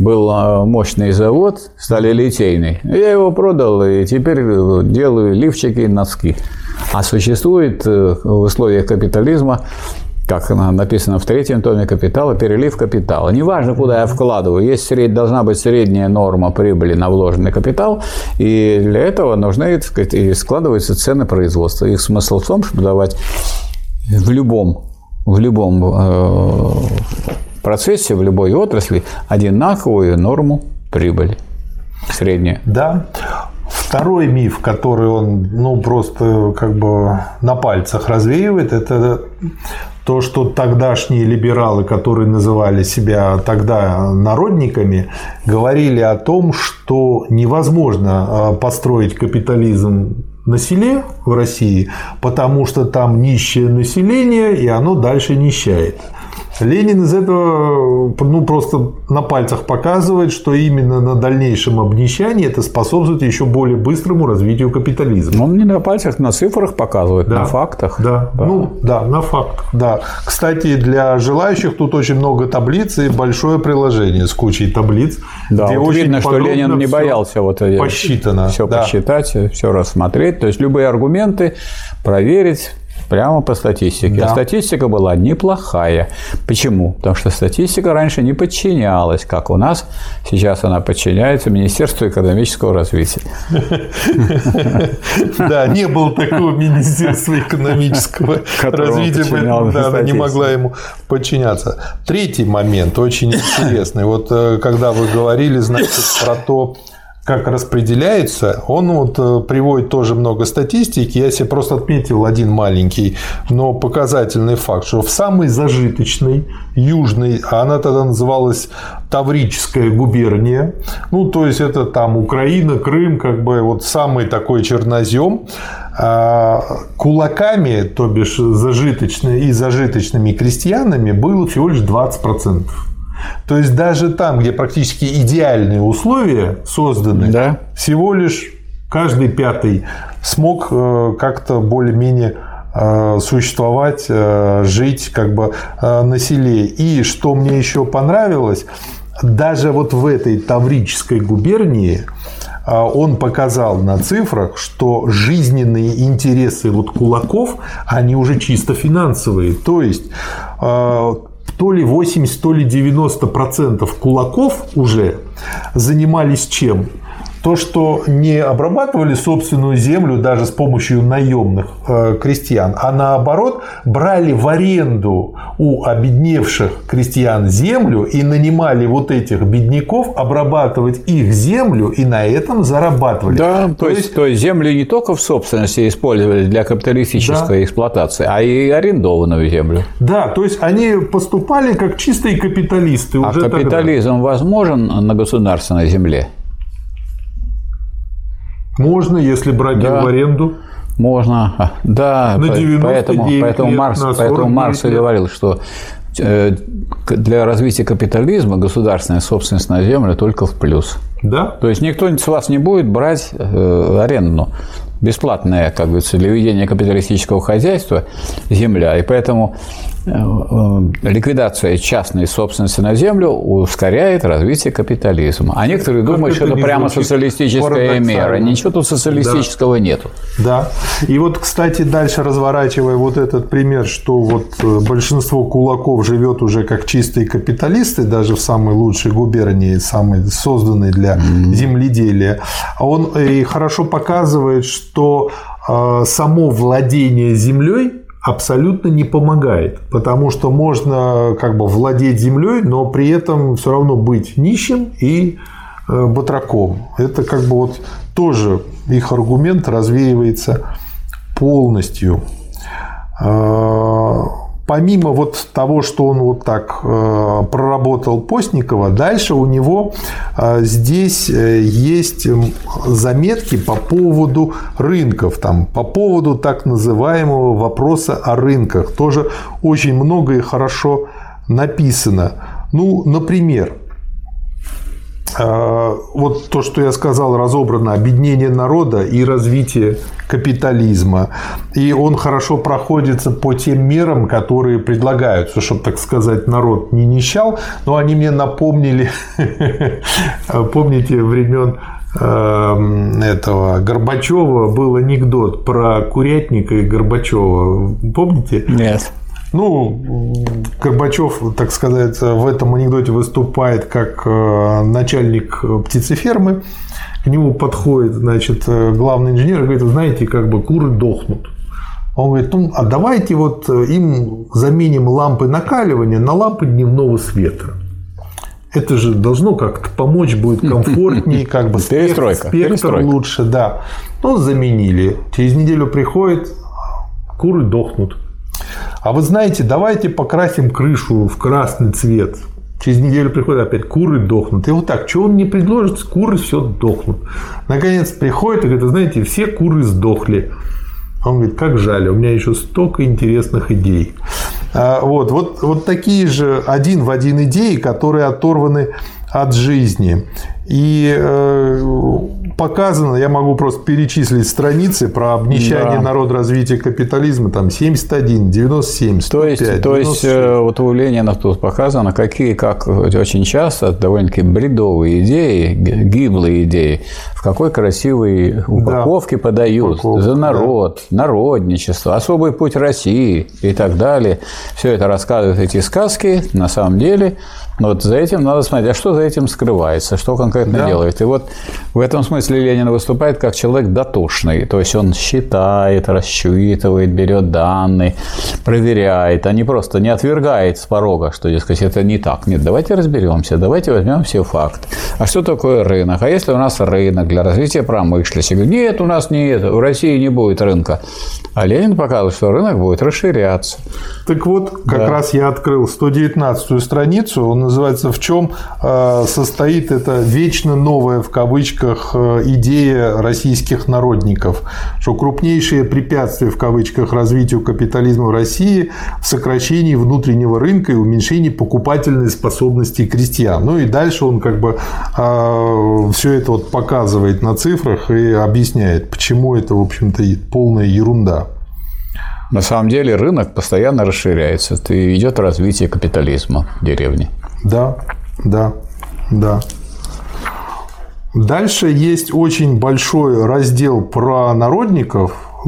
был мощный завод, сталелитейный. Я его продал и теперь делаю лифчики и носки. А существует в условиях капитализма, как написано в третьем томе «Капитала», перелив капитала. Неважно, куда я вкладываю, есть сред... должна быть средняя норма прибыли на вложенный капитал, и для этого нужны, так сказать, и складываются цены производства. Их смысл в том, чтобы давать в любом, в любом э, процессе в любой отрасли одинаковую норму прибыли. Среднюю. Да. Второй миф, который он ну, просто как бы на пальцах развеивает, это то, что тогдашние либералы, которые называли себя тогда народниками, говорили о том, что невозможно построить капитализм на селе в России, потому что там нищее население, и оно дальше нищает. Ленин из этого ну, просто на пальцах показывает, что именно на дальнейшем обнищании это способствует еще более быстрому развитию капитализма. Он не на пальцах, на цифрах показывает, да. на фактах. Да. Да. Ну, да, на фактах. Да. Кстати, для желающих тут очень много таблиц и большое приложение с кучей таблиц. Да, где вот очень видно, что Ленин не боялся вот посчитано. все да. посчитать, все рассмотреть. То есть любые аргументы проверить. Прямо по статистике. Да. А статистика была неплохая. Почему? Потому что статистика раньше не подчинялась, как у нас. Сейчас она подчиняется Министерству экономического развития. Да, не было такого Министерства экономического развития, поэтому она не могла ему подчиняться. Третий момент очень интересный. Вот когда вы говорили, значит, про то, как распределяется, он вот приводит тоже много статистики. Я себе просто отметил один маленький, но показательный факт, что в самой зажиточной южной, а она тогда называлась Таврическая губерния, ну, то есть это там Украина, Крым, как бы вот самый такой чернозем, кулаками, то бишь зажиточными и зажиточными крестьянами было всего лишь двадцать процентов. То есть даже там, где практически идеальные условия созданы, да. всего лишь каждый пятый смог как-то более-менее существовать, жить как бы на селе. И что мне еще понравилось, даже вот в этой Таврической губернии он показал на цифрах, что жизненные интересы вот кулаков, они уже чисто финансовые. То есть то ли восемьдесят, то ли девяносто процентов кулаков уже занимались чем? То, что не обрабатывали собственную землю даже с помощью наемных крестьян, а наоборот брали в аренду у обедневших крестьян землю и нанимали вот этих бедняков обрабатывать их землю и на этом зарабатывали. Да, то, то есть, есть то есть землю не только в собственности использовали для капиталистической да. эксплуатации, а и арендованную землю. Да, то есть они поступали как чистые капиталисты. А уже капитализм тогда. Возможен на государственной земле? Можно, если брать да, в аренду. Можно, да. На поэтому, поэтому Маркс, поэтому Маркс и говорил, что для развития капитализма государственная собственность на землю только в плюс. Да. То есть никто с вас не будет брать аренду. Бесплатная, как говорится, для ведения капиталистического хозяйства земля. И поэтому ликвидация частной собственности на землю ускоряет развитие капитализма. А некоторые как думают, что это прямо социалистическая мера. Ничего тут социалистического да. нету. Да. И вот, кстати, дальше разворачивая вот этот пример, что вот большинство кулаков живет уже как чистые капиталисты, даже в самой лучшей губернии, самой созданной для mm-hmm. земледелия, он и хорошо показывает, что само владение землей абсолютно не помогает, потому что можно как бы владеть землей, но при этом все равно быть нищим и батраком. Это как бы вот тоже их аргумент развеивается полностью. Помимо вот того, что он вот так проработал Постникова, дальше у него здесь есть заметки по поводу рынков, там, по поводу так называемого вопроса о рынках. Тоже очень много и хорошо написано. Ну, например, вот то, что я сказал, разобрано объединение народа и развитие капитализма. И он хорошо проходится по тем мерам, которые предлагаются, чтобы, так сказать, народ не нищал. Но они мне напомнили, помните, времен этого Горбачева был анекдот про Курятника и Горбачева. Помните? Нет. Ну, Горбачев, так сказать, в этом анекдоте выступает как начальник птицефермы. К нему подходит, значит, главный инженер и говорит: знаете, как бы куры дохнут. Он говорит, ну, а давайте вот им заменим лампы накаливания на лампы дневного света. Это же должно как-то помочь, будет комфортнее, как бы перестройка, спектр перестройка. лучше, да. Ну, заменили. Через неделю приходит, куры дохнут. А вы знаете, давайте покрасим крышу в красный цвет. Через неделю приходит опять, куры дохнут. И вот так, что он не предложит, куры все дохнут. Наконец приходит и говорит, знаете, все куры сдохли. Он говорит, как жаль, у меня еще столько интересных идей. Вот, вот, вот такие же один в один идеи, которые оторваны от жизни. И э, показано, я могу просто перечислить страницы про обнищание, да, народоразвития капитализма, там семьдесят один, девяносто семь, сто пять, то есть, то есть вот у Ленина тут показано, какие, как очень часто довольно-таки бредовые идеи, гиблые идеи, в какой красивой упаковке, да, подают, упаковка, за народ, да, народничество, особый путь России и так далее. Все это рассказывают эти сказки, на самом деле. Но вот за этим надо смотреть, а что за этим скрывается, что конкретно, да, делает. И вот в этом смысле Ленин выступает как человек дотошный. То есть он считает, рассчитывает, берет данные, проверяет, а не просто не отвергает с порога, что, дескать, это не так. Нет, давайте разберемся, давайте возьмем все факты. А что такое рынок? А если у нас рынок для развития промышленности? Нет, у нас нет, в России не будет рынка. А Ленин показывает, что рынок будет расширяться. Так вот, как, да, раз я открыл сто девятнадцатую страницу, он называется «В чем состоит эта вечно новая, в кавычках, идея российских народников», что крупнейшее препятствие, в кавычках, развитию капитализма в России в сокращении внутреннего рынка и уменьшении покупательной способности крестьян. Ну и дальше он как бы все это вот показывает на цифрах и объясняет, почему это, в общем-то, полная ерунда. На самом деле рынок постоянно расширяется, и идет развитие капитализма в деревне. Да, да, да. Дальше есть очень большой раздел про народников.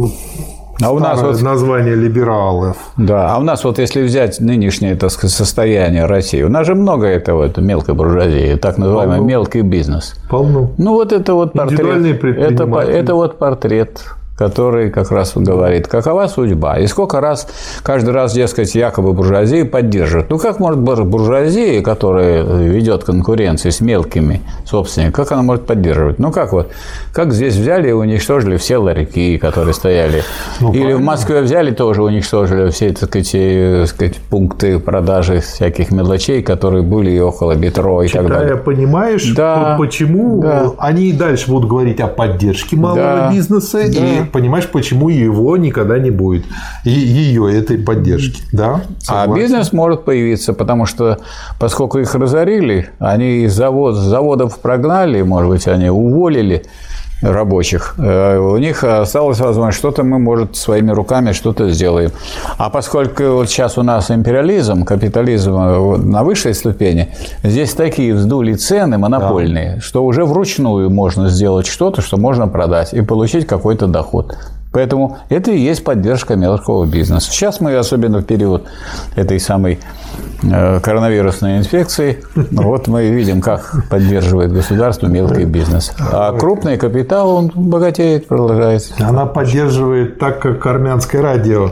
А у нас вот название либералов. Да, а у нас вот если взять нынешнее, так сказать, состояние России, у нас же много этого, это мелкой буржуазии, так называемый Полно. мелкий бизнес. Полно. Ну вот это вот портрет. Это, это вот портрет, который как раз говорит, какова судьба. И сколько раз, каждый раз, дескать, якобы буржуазия поддерживает. Ну, как может буржуазия, которая ведет конкуренцию с мелкими собственниками, как она может поддерживать? Ну, как вот, как здесь взяли и уничтожили все ларьки, которые стояли. Ну, Или правильно. В Москве взяли, тоже уничтожили все, так сказать, так сказать, пункты продажи всяких мелочей, которые были около метро и Читая, так далее. Понимаешь, да, почему да. они и дальше будут говорить о поддержке малого да. бизнеса, да. и понимаешь, почему его никогда не будет, и ее этой поддержки, да? А бизнес может появиться, потому что, поскольку их разорили, они из завод, заводов прогнали, может быть, они уволили рабочих, у них осталось возможность, что-то мы, может, своими руками что-то сделаем. А поскольку вот сейчас у нас империализм, капитализм на высшей ступени, здесь такие вздули цены монопольные, да. что уже вручную можно сделать что-то, что можно продать и получить какой-то доход. Поэтому это и есть поддержка мелкого бизнеса. Сейчас мы, особенно в период этой самой коронавирусной инфекции, вот мы видим, как поддерживает государство мелкий бизнес. А крупный капитал, он богатеет, продолжает. Она поддерживает так, как армянское радио.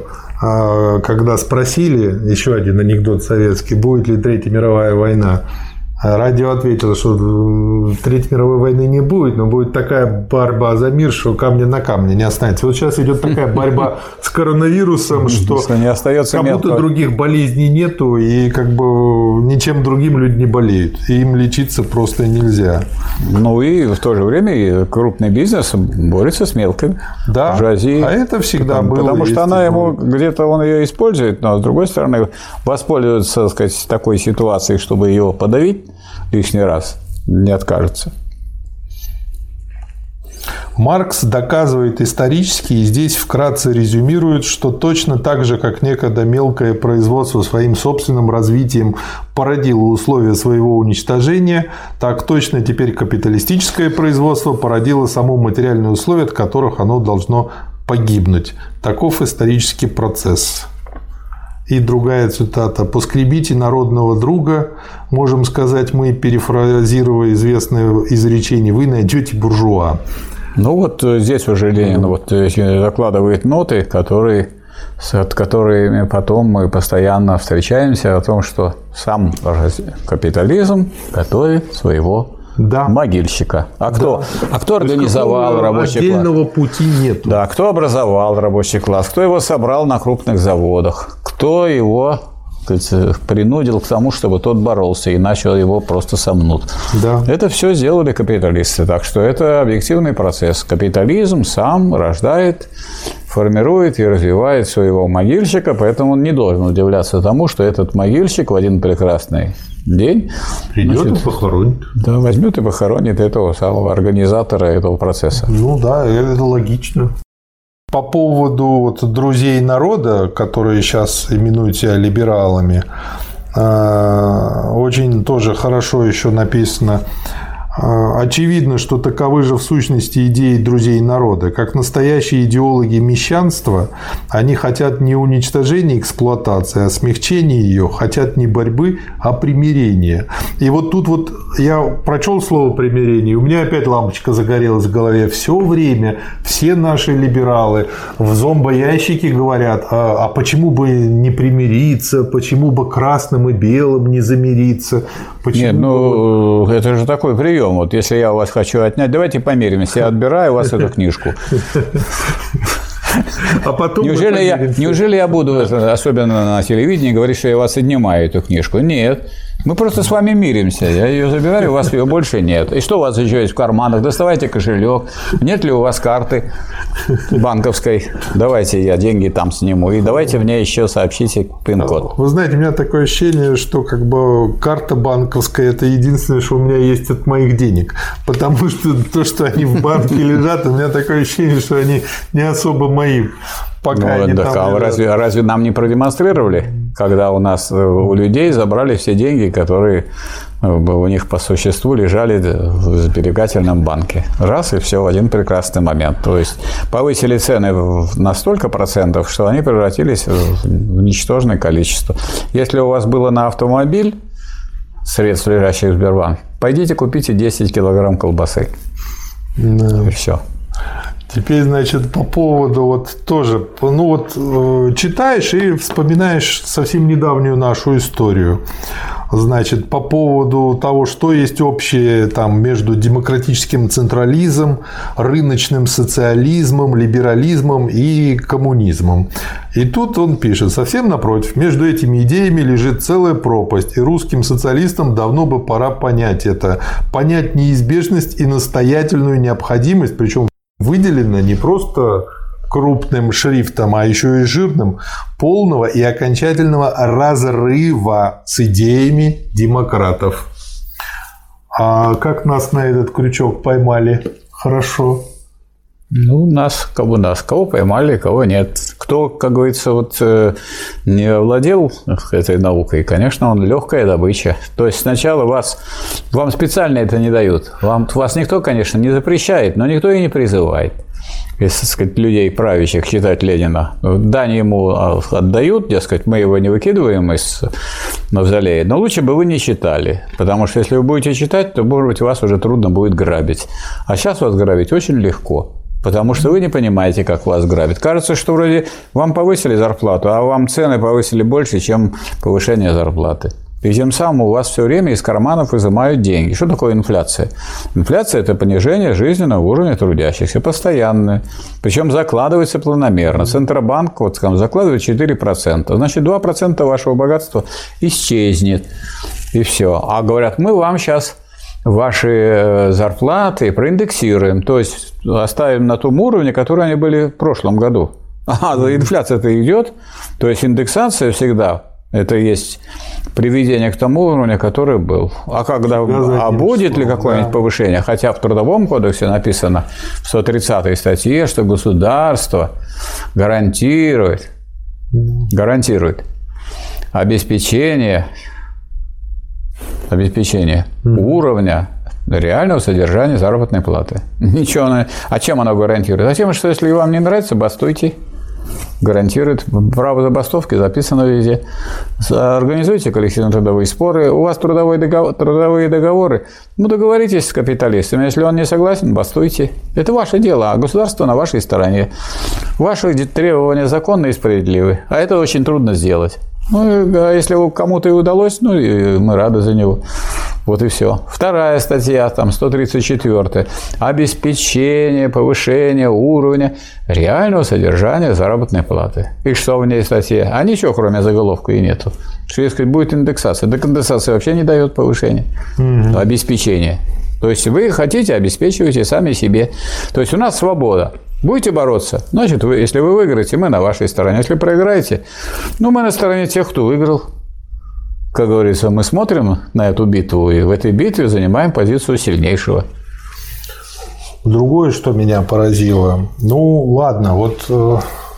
Когда спросили, еще один анекдот советский, будет ли Третья мировая война, радио ответило, что Третьей мировой войны не будет, но будет такая борьба за мир, что камня на камне не останется. Вот сейчас идет такая борьба с коронавирусом, что не остается как будто мелко. Других болезней нету, и как бы ничем другим люди не болеют. И им лечиться просто нельзя. Ну и в то же время крупный бизнес борется с мелкой да, буржуазией. А это всегда потому, было. Потому что она ему, где-то он ее использует, но с другой стороны, воспользоваться, так сказать, такой ситуацией, чтобы его подавить, лишний раз не откажется. Маркс доказывает исторически и здесь вкратце резюмирует, что точно так же, как некогда мелкое производство своим собственным развитием породило условия своего уничтожения, так точно теперь капиталистическое производство породило само материальные условия, от которых оно должно погибнуть. Таков исторический процесс. И другая цитата. «Поскребите народного друга, можем сказать мы, перефразируя известное изречение, вы найдете буржуа». Ну вот здесь уже Ленин вот закладывает ноты, которые с которыми потом мы постоянно встречаемся, о том, что сам капитализм готовит своего да. могильщика. А кто, да. а кто организовал рабочий класс? Отдельного пути нет. Да, кто образовал рабочий класс, кто его собрал на крупных заводах, кто его сказать, принудил к тому, чтобы тот боролся, иначе его просто сомнут. Да. Это все сделали капиталисты. Так что это объективный процесс. Капитализм сам рождает, формирует и развивает своего могильщика, поэтому он не должен удивляться тому, что этот могильщик в один прекрасный день придет значит, и похоронит. Да, возьмет и похоронит этого самого организатора этого процесса. Ну да, это логично. По поводу вот друзей народа, которые сейчас именуют себя либералами, очень тоже хорошо еще написано. Очевидно, что таковы же в сущности идеи друзей народа. Как настоящие идеологи мещанства, они хотят не уничтожения эксплуатации, а смягчения ее, хотят не борьбы, а примирения. И вот тут вот я прочел слово примирение, у меня опять лампочка загорелась в голове. Все время все наши либералы в зомбоящике говорят, а, а почему бы не примириться, почему бы красным и белым не замириться? Почему Нет, ну бы... это же такой прием. Вот если я у вас хочу отнять, давайте помиримся. Я отбираю у вас эту книжку. А потом неужели, я, неужели я буду, особенно на телевидении, говорить, что я вас отнимаю эту книжку? Нет. Мы просто с вами миримся. Я ее забираю, у вас ее больше нет. И что у вас еще есть в карманах? Доставайте кошелек. Нет ли у вас карты банковской? Давайте я деньги там сниму. И давайте мне еще сообщите пин-код. Вы знаете, у меня такое ощущение, что как бы карта банковская – это единственное, что у меня есть от моих денег. Потому что то, что они в банке лежат, у меня такое ощущение, что они не особо мои. Пока ну, они да, там а разве, разве нам не продемонстрировали, когда у нас у людей забрали все деньги, которые у них по существу лежали в сберегательном банке? Раз, и все в один прекрасный момент. То есть повысили цены на столько процентов, что они превратились в ничтожное количество. Если у вас было на автомобиль средств, лежащих в Сбербанке, пойдите купите десять килограмм колбасы. Да. И все. Теперь, значит, по поводу вот тоже, ну вот читаешь и вспоминаешь совсем недавнюю нашу историю. Значит, по поводу того, что есть общее там между демократическим централизмом, рыночным социализмом, либерализмом и коммунизмом. И тут он пишет: совсем напротив, между этими идеями лежит целая пропасть, и русским социалистам давно бы пора понять это, понять неизбежность и настоятельную необходимость, причем выделено не просто крупным шрифтом, а еще и жирным, полного и окончательного разрыва с идеями демократов. А как нас на этот крючок поймали? Хорошо. Ну, нас, кого нас, кого поймали, кого нет. Кто, как говорится, вот не овладел этой наукой, конечно, он легкая добыча. То есть сначала вас, вам специально это не дают. Вам, вас никто, конечно, не запрещает, но никто и не призывает. Если, так сказать, людей правящих читать Ленина, дань ему отдают, дескать, мы его не выкидываем из мавзолея, но лучше бы вы не читали, потому что если вы будете читать, то, может быть, вас уже трудно будет грабить. А сейчас вас грабить очень легко. Потому что вы не понимаете, как вас грабят. Кажется, что вроде вам повысили зарплату, а вам цены повысили больше, чем повышение зарплаты. И тем самым у вас все время из карманов изымают деньги. Что такое инфляция? Инфляция – это понижение жизненного уровня трудящихся, постоянное. Причем закладывается планомерно. Центробанк вот, скажем, закладывает четыре процента. Значит, два процента вашего богатства исчезнет. И все. А говорят, мы вам сейчас ваши зарплаты проиндексируем, то есть оставим на том уровне, который они были в прошлом году. А, инфляция-то идет, то есть индексация всегда это есть приведение к тому уровню, который был. А когда, а будет ли какое-нибудь да. повышение? Хотя в Трудовом кодексе написано в сто тридцатой статье, что государство гарантирует, гарантирует обеспечение обеспечение mm-hmm. уровня реального содержания заработной платы. Ничего. Оно... А чем оно гарантирует? А тем, что если вам не нравится, бастуйте. гарантирует право забастовки, записано везде. Организуйте коллективно-трудовые споры, у вас трудовые договоры, трудовые договоры, ну, договоритесь с капиталистом, если он не согласен, бастуйте. Это ваше дело, а государство на вашей стороне. Ваши требования законны и справедливы, а это очень трудно сделать. Ну, а если кому-то и удалось, ну, и мы рады за него. Вот и все. Вторая статья, там, сто тридцать четвёртая. Обеспечение, повышение уровня реального содержания заработной платы. И что в ней статья? А ничего, кроме заголовка, и нету. Что, если будет индексация? Так индексация вообще не дает повышения. Угу. Обеспечение. То есть вы хотите, обеспечиваете сами себе. То есть у нас свобода. Будете бороться, значит, вы, если вы выиграете, мы на вашей стороне. Если проиграете, ну, мы на стороне тех, кто выиграл. Как говорится, мы смотрим на эту битву, и в этой битве занимаем позицию сильнейшего. Другое, что меня поразило. Ну, ладно, вот... Э,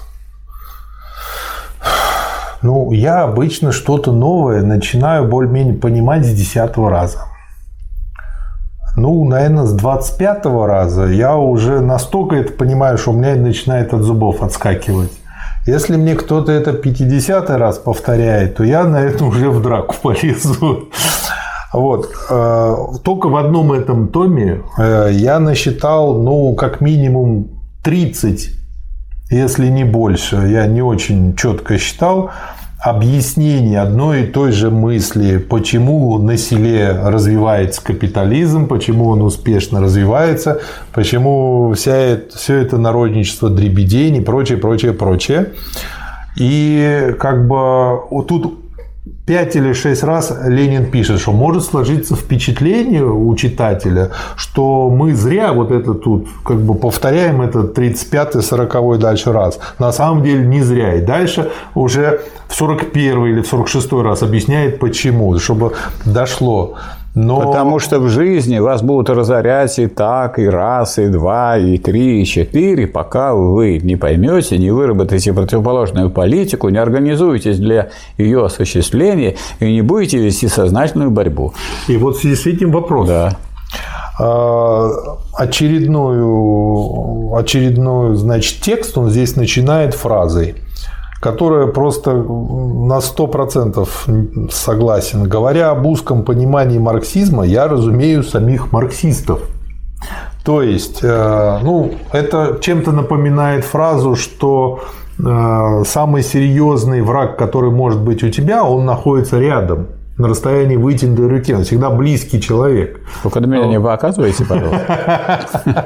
ну, я обычно что-то новое начинаю более-менее понимать с десятого раза. Ну, наверное, с двадцать пятого раза я уже настолько это понимаю, что у меня начинает от зубов отскакивать. Если мне кто-то это пятидесятый раз повторяет, то я, наверное, уже в драку полезу. Вот. Только в одном этом томе я насчитал, ну, как минимум тридцать, если не больше, я не очень четко считал, объяснение одной и той же мысли, почему на селе развивается капитализм, почему он успешно развивается, почему вся это, все это народничество, дребедень и прочее, прочее, прочее. И как бы вот тут пять или шесть раз Ленин пишет, что может сложиться впечатление у читателя, что мы зря вот это тут как бы повторяем это тридцать пятый, сороковой дальше раз. На самом деле не зря. И дальше уже в сорок первый или в сорок шестой раз объясняет почему, чтобы дошло. Но... Потому что в жизни вас будут разорять и так, и раз, и два, и три, и четыре, пока вы не поймете, не выработаете противоположную политику, не организуетесь для ее осуществления и не будете вести сознательную борьбу. И вот в связи с этим вопрос. Да. Очередную, очередной, значит, текст он здесь начинает фразой, которая просто на сто процентов согласен. Говоря об узком понимании марксизма, я разумею самих марксистов. То есть, ну, это чем-то напоминает фразу, что самый серьезный враг, который может быть у тебя, он находится рядом. На расстоянии вытянутой руки. Он всегда близкий человек. Только на меня не вы оказываете, пожалуйста.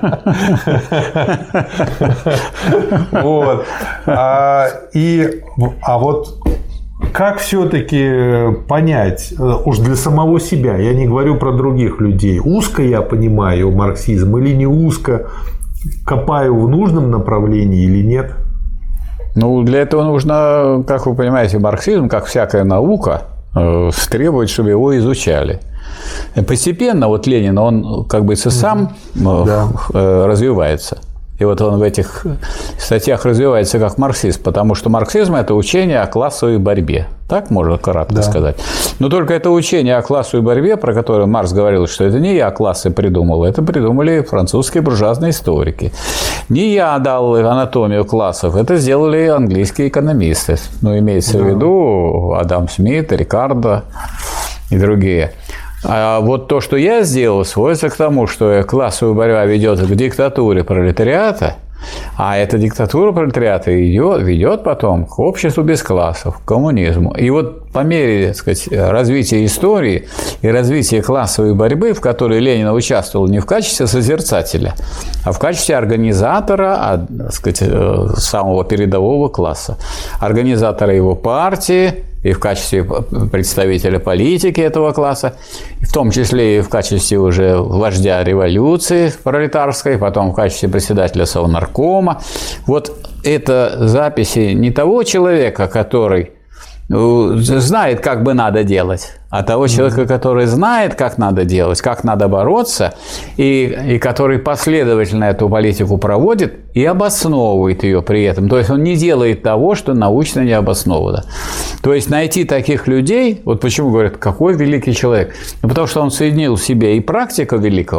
Вот. И, а вот как все-таки понять, уж для самого себя, я не говорю про других людей, узко я понимаю марксизм или не узко, копаю в нужном направлении или нет? Ну, для этого нужно, как вы понимаете, марксизм, как всякая наука, требует, чтобы его изучали. Постепенно вот Ленин, он как бы сам да. развивается. И вот он в этих статьях развивается как марксист, потому что марксизм – это учение о классовой борьбе. Так можно кратко да. сказать. Но только это учение о классовой борьбе, про которое Маркс говорил, что это не я классы придумал, это придумали французские буржуазные историки. Не я дал анатомию классов, это сделали английские экономисты. Ну, имеется да. в виду Адам Смит, Рикардо и другие. А вот то, что я сделал, сводится к тому, что классовая борьба ведет к диктатуре пролетариата, а эта диктатура пролетариата идет, ведет потом к обществу без классов, к коммунизму. И вот по мере, так сказать, развития истории и развития классовой борьбы, в которой Ленин участвовал не в качестве созерцателя, а в качестве организатора, так сказать, самого передового класса, организатора его партии, и в качестве представителя политики этого класса, в том числе и в качестве уже вождя революции пролетарской, потом в качестве председателя Совнаркома. Вот это записи не того человека, который знает, как бы надо делать, а того человека, который знает, как надо делать, как надо бороться, и, и который последовательно эту политику проводит и обосновывает ее при этом. То есть он не делает того, что научно не обосновано. То есть найти таких людей, вот почему говорят, какой великий человек, ну, потому что он соединил в себе и практика великого,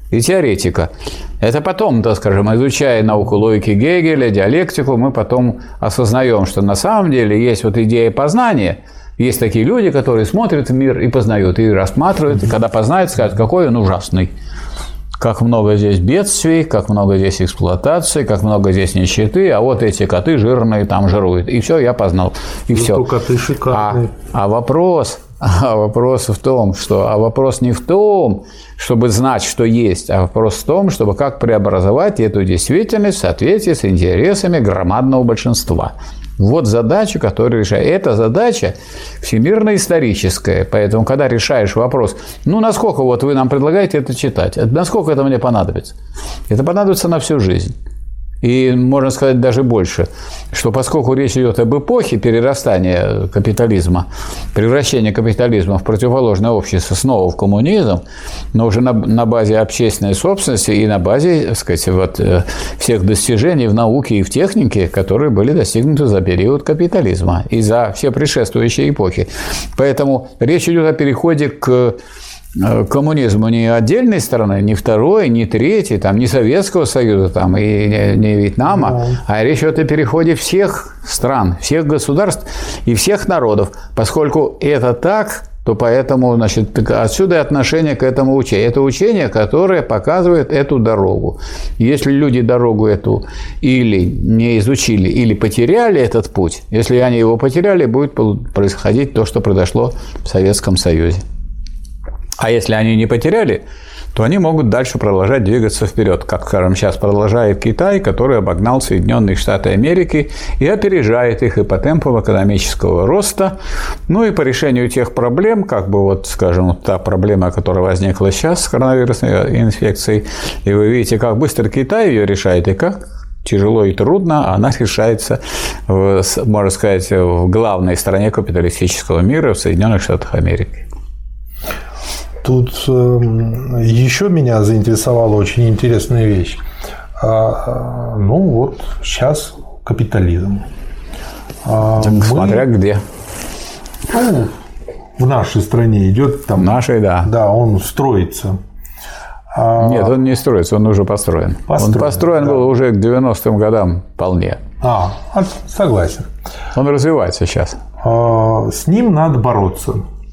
и теоретика. Это потом, так скажем, изучая науку логики Гегеля, диалектику, мы потом осознаем, что на самом деле есть вот идея познания. Есть такие люди, которые смотрят в мир и познают, и рассматривают, и когда познают, скажут, какой он ужасный. Как много здесь бедствий, как много здесь эксплуатации, как много здесь нищеты, а вот эти коты жирные там жируют. И все, я познал. И все. Ну, коты шикарные. А, а вопрос... А вопрос в том, что, а вопрос не в том, чтобы знать, что есть, а вопрос в том, чтобы как преобразовать эту действительность в соответствии с интересами громадного большинства. Вот задача, которую решает. Эта задача всемирно-историческая. Поэтому, когда решаешь вопрос, ну, насколько вот вы нам предлагаете это читать, насколько это мне понадобится? Это понадобится на всю жизнь. И можно сказать даже больше, что поскольку речь идет об эпохе перерастания капитализма, превращения капитализма в противоположное общество, снова в коммунизм, но уже на, на базе общественной собственности и на базе, так сказать, вот, всех достижений в науке и в технике, которые были достигнуты за период капитализма и за все предшествующие эпохи. Поэтому речь идет о переходе к коммунизму не отдельной страны, не второй, не третьей, там, не Советского Союза там, и не, не Вьетнама, да. А речь идет о переходе всех стран, всех государств и всех народов. Поскольку это так, то поэтому, значит, отсюда и отношение к этому учению. Это учение, которое показывает эту дорогу. Если люди дорогу эту или не изучили, или потеряли этот путь, если они его потеряли, будет происходить то, что произошло в Советском Союзе. А если они не потеряли, то они могут дальше продолжать двигаться вперед, как, скажем, сейчас продолжает Китай, который обогнал Соединенные Штаты Америки и опережает их и по темпам экономического роста, ну и по решению тех проблем, как бы вот, скажем, та проблема, которая возникла сейчас с коронавирусной инфекцией, и вы видите, как быстро Китай ее решает и как тяжело и трудно она решается, в, можно сказать, в главной стране капиталистического мира, в Соединенных Штатах Америки. Тут э, еще меня заинтересовала очень интересная вещь. А, ну вот, сейчас капитализм. А, мы... Смотря где. Ну, в нашей стране идет там. В нашей, да. Да, он строится. А... Нет, он не строится, он уже построен. Построен он построен да. был уже к девяностым годам вполне. А, согласен. Он развивается сейчас. А, с ним надо бороться.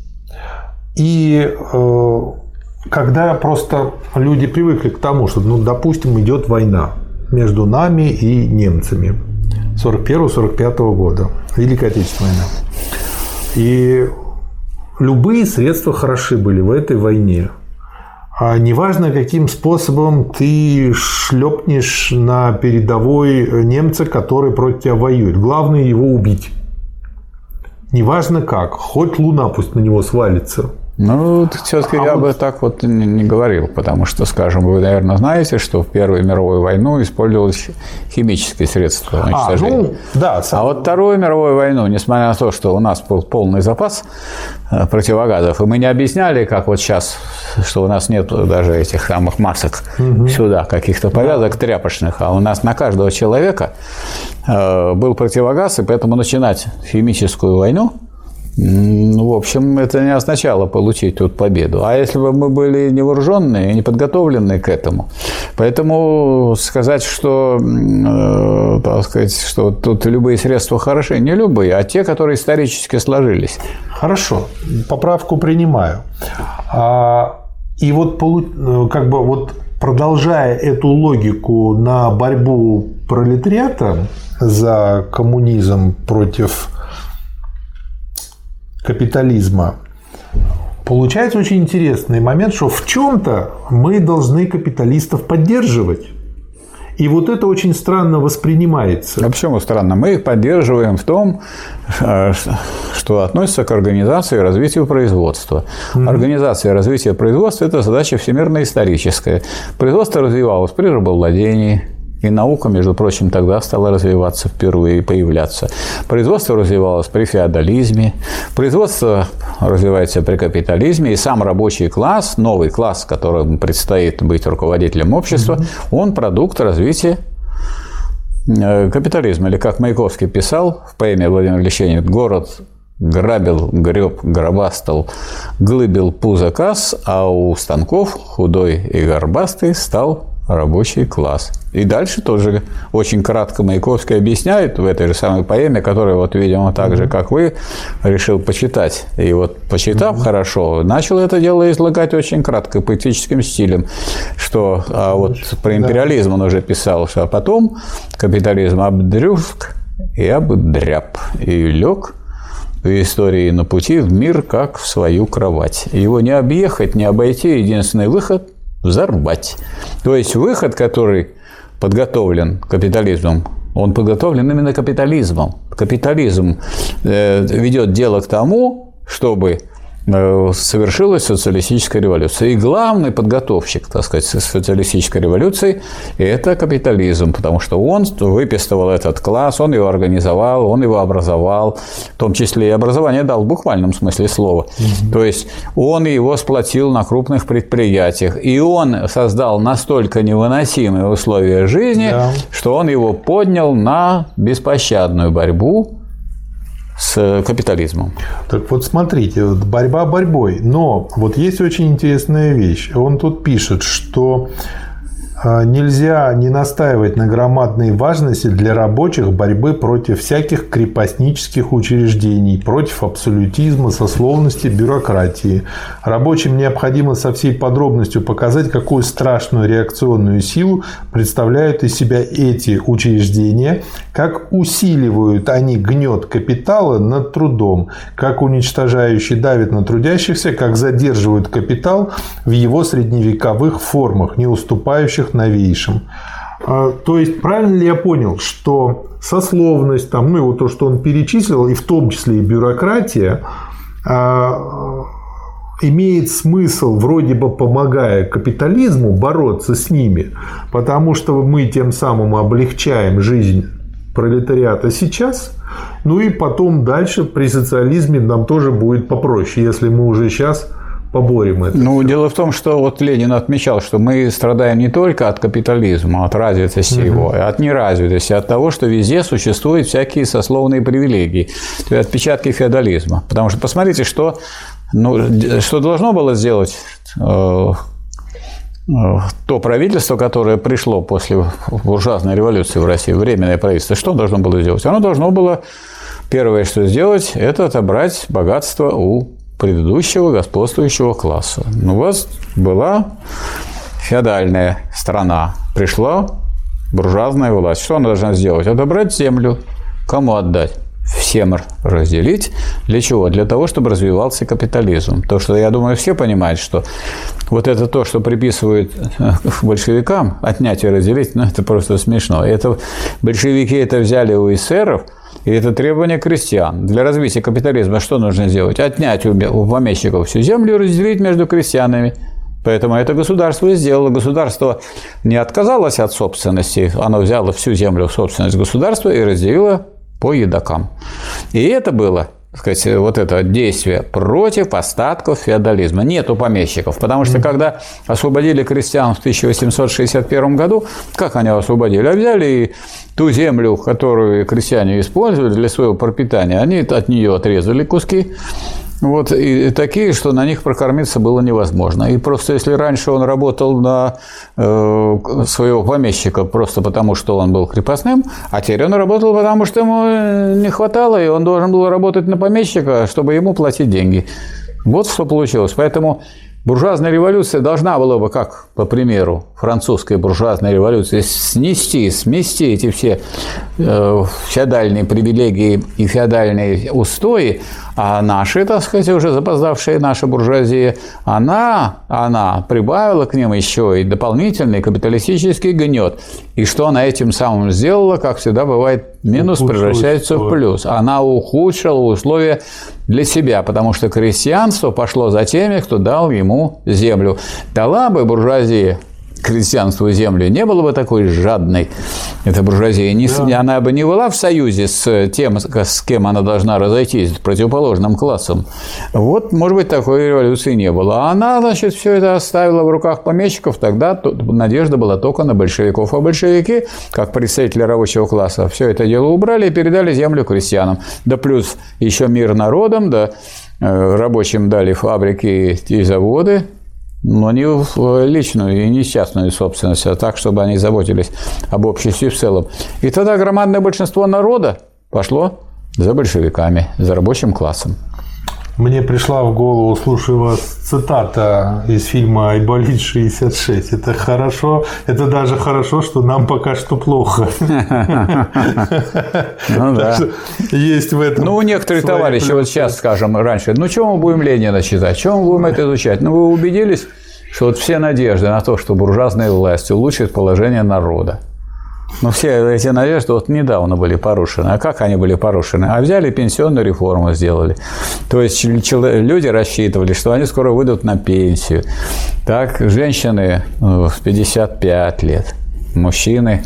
И э, когда просто люди привыкли к тому, что, ну, допустим, идет война между нами и немцами сорок первого — сорок пятого года, Великая Отечественная война. И любые средства хороши были в этой войне. А неважно, каким способом ты шлепнешь на передовой немца, который против тебя воюет. Главное его убить. Неважно как, хоть луна пусть на него свалится. Ну, все-таки а я вот... бы так вот не говорил, потому что, скажем, вы, наверное, знаете, что в Первую мировую войну использовались химические средства уничтожения. А, ну, да, сам... а вот Вторую мировую войну, несмотря на то, что у нас был полный запас противогазов, и мы не объясняли, как вот сейчас, что у нас нет даже этих самых масок угу. сюда, каких-то повязок да. тряпочных, а у нас на каждого человека был противогаз, и поэтому начинать химическую войну, в общем, это не означало получить тут победу. А если бы мы были невооруженные, не подготовленные к этому. Поэтому сказать, что, э, так сказать, что тут любые средства хороши, не любые, а те, которые исторически сложились. Хорошо, поправку принимаю. И вот как бы вот продолжая эту логику на борьбу пролетариата за коммунизм против капитализма, получается очень интересный момент, что в чем-то мы должны капиталистов поддерживать. И вот это очень странно воспринимается. А почему странно? Мы их поддерживаем в том, что относится к организации развития производства. Mm-hmm. Организация развития производства – это задача всемирно-историческая. Производство развивалось при рабовладении. И наука, между прочим, тогда стала развиваться впервые, появляться. Производство развивалось при феодализме, производство развивается при капитализме, и сам рабочий класс, новый класс, которому предстоит быть руководителем общества, mm-hmm. он продукт развития капитализма. Или, как Маяковский писал в поэме Владимира Ильича «Город грабил, греб, гробастал, глыбил пузо касс, а у станков худой и горбастый стал рабочий класс. И дальше тоже очень кратко Маяковский объясняет в этой же самой поэме, которую, вот, видимо, так же, как вы, решил почитать. И вот, почитав mm-hmm. хорошо, начал это дело излагать очень кратко, поэтическим стилем, что а вот про империализм он уже писал, что а потом капитализм обдрюзг и обдряб, и лег в истории на пути в мир, как в свою кровать. Его не объехать, не обойти, единственный выход – взорвать. То есть выход, который подготовлен капитализмом, он подготовлен именно капитализмом. Капитализм э, ведет дело к тому, чтобы э, совершилась социалистическая революция. И главный подготовщик, так сказать, социалистической революции – это капитализм, потому что он выписывал этот класс, он его организовал, он его образовал, в том числе и образование дал в буквальном смысле слова. Mm-hmm. То есть он его сплотил на крупных предприятиях, и он создал настолько невыносимые условия жизни, yeah. что он его поднял на беспощадную борьбу с капитализмом. Так вот, смотрите, борьба борьбой. Но вот есть очень интересная вещь. Он тут пишет, что нельзя не настаивать на громадной важности для рабочих борьбы против всяких крепостнических учреждений, против абсолютизма, сословности, бюрократии. Рабочим необходимо со всей подробностью показать, какую страшную реакционную силу представляют из себя эти учреждения, как усиливают они гнет капитала над трудом, как уничтожающий давит на трудящихся, как задерживают капитал в его средневековых формах, не уступающих новейшим. То есть, правильно ли я понял, что сословность, там, ну и вот то, что он перечислил, и в том числе и бюрократия, имеет смысл, вроде бы помогая капитализму, бороться с ними, потому что мы тем самым облегчаем жизнь пролетариата сейчас, ну и потом дальше при социализме нам тоже будет попроще, если мы уже сейчас поборем это. Ну, дело в том, что вот Ленин отмечал, что мы страдаем не только от капитализма, от развитости угу. его, а от неразвитости, от того, что везде существуют всякие сословные привилегии, то есть отпечатки феодализма. Потому что посмотрите, что, ну, что должно было сделать э, то правительство, которое пришло после буржуазной революции в России, временное правительство, что должно было сделать? Оно должно было, первое, что сделать, это отобрать богатство у предыдущего господствующего класса. У вас была феодальная страна, пришла буржуазная власть. Что она должна сделать? Отобрать землю. Кому отдать? Всем разделить. Для чего? Для того, чтобы развивался капитализм. То, что, я думаю, все понимают, что вот это то, что приписывают большевикам, отнять и разделить, ну, это просто смешно. Это, большевики это взяли у эсеров, и это требование крестьян. Для развития капитализма что нужно сделать? Отнять у помещиков всю землю и разделить между крестьянами. Поэтому это государство и сделало. Государство не отказалось от собственности, оно взяло всю землю в собственность государства и разделило по едокам. И это было, так сказать, вот это действие против остатков феодализма. Нет у помещиков, потому что когда освободили крестьян в тысяча восемьсот шестьдесят первом году, как они освободили? А взяли и ту землю, которую крестьяне использовали для своего пропитания, они от нее отрезали куски. Вот, и такие, что на них прокормиться было невозможно. И просто если раньше он работал на э, своего помещика просто потому, что он был крепостным, а теперь он работал потому, что ему не хватало, и он должен был работать на помещика, чтобы ему платить деньги. Вот что получилось. Поэтому буржуазная революция должна была бы, как, по примеру, французской буржуазной революции, снести, смести эти все э, феодальные привилегии и феодальные устои, а наши, так сказать, уже запоздавшая наша буржуазия, она, она прибавила к ним еще и дополнительный капиталистический гнет. И что она этим самым сделала, как всегда бывает, минус превращается в плюс. Она ухудшила условия для себя, потому что крестьянство пошло за теми, кто дал ему землю. Дала бы буржуазия крестьянству землю, не было бы такой жадной, эта буржуазия, не, да. она бы не была в союзе с тем, с кем она должна разойтись, с противоположным классом. Вот, может быть, такой революции не было. А она, значит, все это оставила в руках помещиков, тогда надежда была только на большевиков. А большевики, как представители рабочего класса, все это дело убрали и передали землю крестьянам. Да плюс еще мир народам, да рабочим дали фабрики и заводы, но не в личную и не частную собственность, а так, чтобы они заботились об обществе в целом. И тогда громадное большинство народа пошло за большевиками, за рабочим классом. Мне пришла в голову, слушая вас, цитата из фильма «Айболит шестьдесят шесть». Это хорошо, это даже хорошо, что нам пока что плохо. Ну да. Есть в этом. Ну, некоторые товарищи, вот сейчас, скажем, раньше, ну, чего мы будем Ленина читать, чего мы будем это изучать? Ну, вы убедились, что вот все надежды на то, что буржуазная власть улучшит положение народа. Но все эти надежды вот недавно были порушены. А как они были порушены? А взяли пенсионную реформу, сделали. То есть люди рассчитывали, что они скоро выйдут на пенсию. Так, женщины в пятьдесят пять лет, мужчины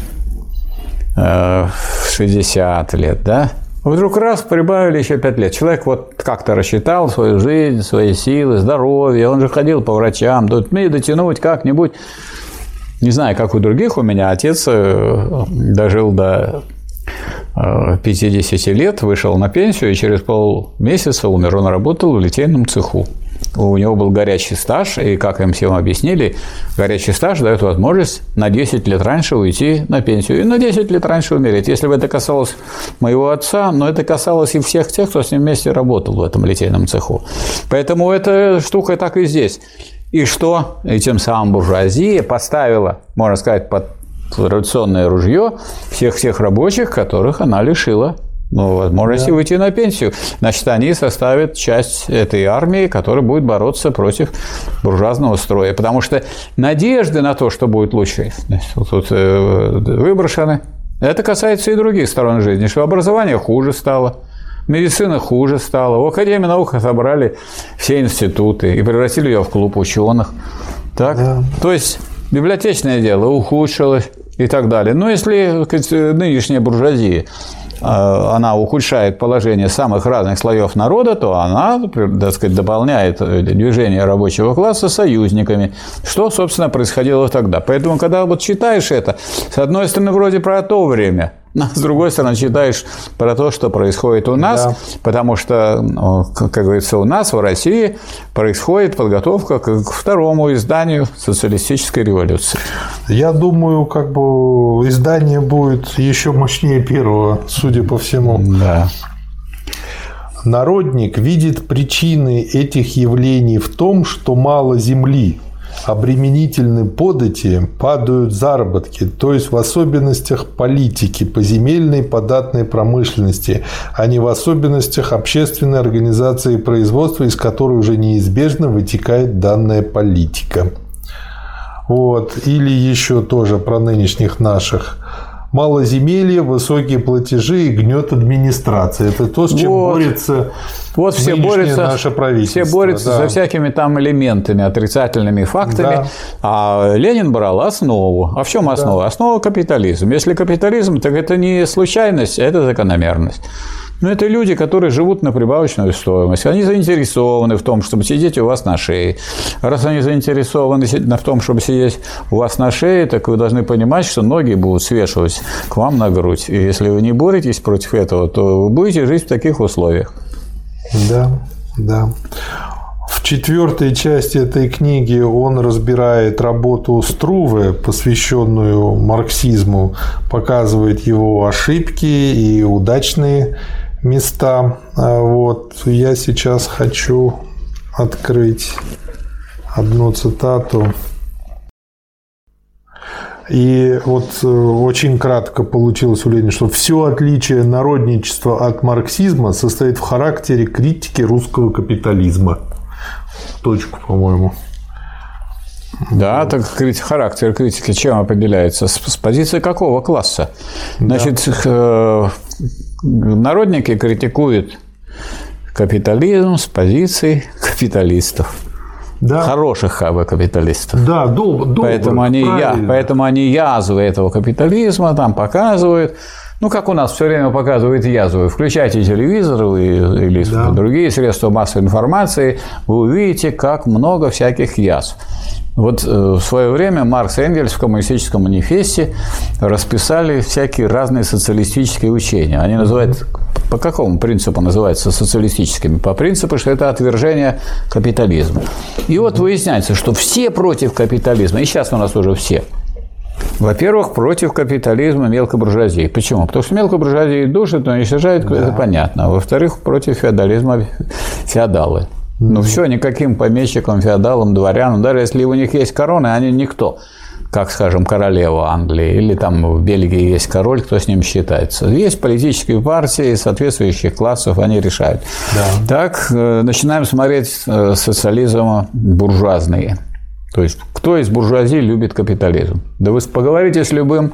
в шестьдесят лет, да? Вдруг раз прибавили еще пять лет. Человек вот как-то рассчитал свою жизнь, свои силы, здоровье. Он же ходил по врачам. Тут мне дотянуть как-нибудь. Не знаю, как у других, у меня отец дожил до пятидесяти лет, вышел на пенсию и через полмесяца умер. Он работал в литейном цеху. У него был горячий стаж, и, как им всем объяснили, горячий стаж дает возможность на десять лет раньше уйти на пенсию и на десять лет раньше умереть. Если бы это касалось моего отца, но это касалось и всех тех, кто с ним вместе работал в этом литейном цеху. Поэтому эта штука так и здесь. И что? И тем самым буржуазия поставила, можно сказать, под революционное ружье всех-всех рабочих, которых она лишила ну, возможности да. выйти на пенсию. Значит, они составят часть этой армии, которая будет бороться против буржуазного строя. Потому что надежды на то, что будет лучше, тут выброшены. Это касается и других сторон жизни, что образование хуже стало. Медицина хуже стала. В Академии наук отобрали все институты и превратили ее в клуб ученых. Так? Да. То есть библиотечное дело ухудшилось и так далее. Но если сказать, нынешняя буржуазия она ухудшает положение самых разных слоев народа, то она, так сказать, дополняет движение рабочего класса союзниками, что, собственно, происходило тогда. Поэтому, когда вот читаешь это, с одной стороны, вроде про то время, а с другой стороны, читаешь про то, что происходит у нас, да. потому что, как говорится, у нас в России происходит подготовка к второму изданию социалистической революции. Я думаю, как бы издание будет еще мощнее первого, судя по всему. Да. Народник видит причины этих явлений в том, что мало земли. Обременительны подати, падают заработки, то есть в особенностях политики, поземельной, податной промышленности, а не в особенностях общественной организации производства, из которой уже неизбежно вытекает данная политика. Вот. Или еще тоже про нынешних наших. Малоземелье, высокие платежи и гнет администрации. Это то, с чем вот. борется вот все борются, наше правительство. Все борются да. со всякими там элементами, отрицательными фактами. Да. А Ленин брал основу. А в чем основа? Да. Основа – капитализм. Если капитализм, так это не случайность, а это закономерность. Но это люди, которые живут на прибавочную стоимость. Они заинтересованы в том, чтобы сидеть у вас на шее. Раз они заинтересованы в том, чтобы сидеть у вас на шее, так вы должны понимать, что ноги будут свешивать к вам на грудь. И если вы не боретесь против этого, то вы будете жить в таких условиях. Да, да. В четвертой части этой книги он разбирает работу Струве, посвященную марксизму, показывает его ошибки и удачные места. Вот. Я сейчас хочу открыть одну цитату. И вот очень кратко получилось у Ленина, что все отличие народничества от марксизма состоит в характере критики русского капитализма. Точку, по-моему. Да, так характер критики чем определяется? С, с позиции какого класса? Значит, да. Народники критикуют капитализм с позиции капиталистов. Да. Хороших как бы, капиталистов. Да, доб- добрых, поэтому, они я, поэтому они язвы этого капитализма там показывают. Ну, как у нас все время показывают язвы. Включайте телевизор или да. другие средства массовой информации, вы увидите, как много всяких язв. Вот в свое время Маркс и Энгельс в коммунистическом манифесте расписали всякие разные социалистические учения. Они называют, по какому принципу называются социалистическими? По принципу, что это отвержение капитализма. И вот выясняется, что все против капитализма, и сейчас у нас уже все. Во-первых, против капитализма мелкобуржуазии. Почему? Потому что мелкобуржуазии душат, но уничтожают, да. это понятно. Во-вторых, против феодализма феодалы. Ну все, никаким помещикам, феодалам, дворянам, даже если у них есть короны, они никто. Как, скажем, королева Англии, или там в Бельгии есть король, кто с ним считается. Есть политические партии соответствующих классов, они решают. Да. Так, начинаем смотреть социализм буржуазный. То есть, кто из буржуазии любит капитализм? Да вы поговорите с любым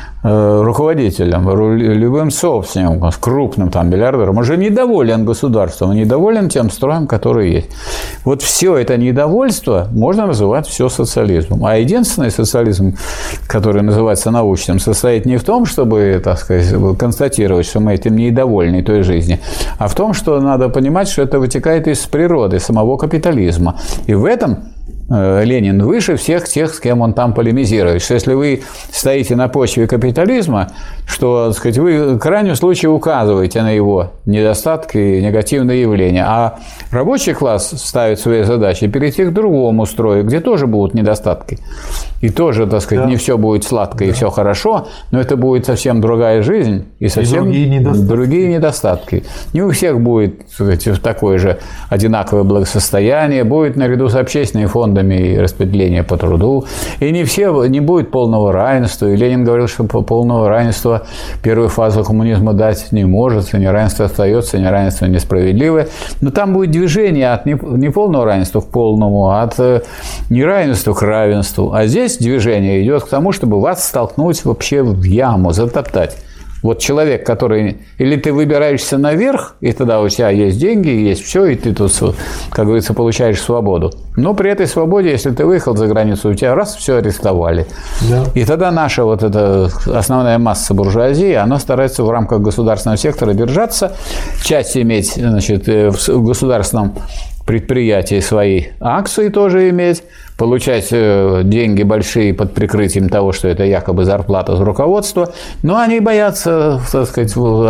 э, руководителем, любым собственником, с крупным там миллиардером. Он же недоволен государством, он недоволен тем строем, который есть. Вот все это недовольство можно называть все социализмом. А единственный социализм, который называется научным, состоит не в том, чтобы, так сказать, констатировать, что мы этим недовольны той жизни, а в том, что надо понимать, что это вытекает из природы самого капитализма. И в этом Ленин выше всех тех, с кем он там полемизирует. Что если вы стоите на почве капитализма, что, так сказать, вы в крайнем случае указываете на его недостатки и негативные явления, а рабочий класс ставит свои задачи перейти к другому строю, где тоже будут недостатки. И тоже, так сказать, да. не все будет сладко да. и все хорошо, но это будет совсем другая жизнь и совсем и другие, недостатки. другие недостатки. Не у всех будет, так сказать, такое же одинаковое благосостояние, будет наряду с общественными фондами и распределение по труду. И не все, не будет полного равенства. И Ленин говорил, что полного равенства первую фазу коммунизма дать не может, и неравенство остается, неравенство несправедливое. Но там будет движение от неполного равенства к полному, от неравенства к равенству. А здесь движение идет к тому, чтобы вас столкнуть вообще в яму, затоптать. Вот человек, который... Или ты выбираешься наверх, и тогда у тебя есть деньги, есть все, и ты тут, как говорится, получаешь свободу. Но при этой свободе, если ты выехал за границу, у тебя раз, все арестовали. Да. И тогда наша вот эта основная масса буржуазии, она старается в рамках государственного сектора держаться, часть иметь, значит, в государственном предприятии свои акции тоже иметь, получать деньги большие под прикрытием того, что это якобы зарплата за руководство, но они боятся, так сказать,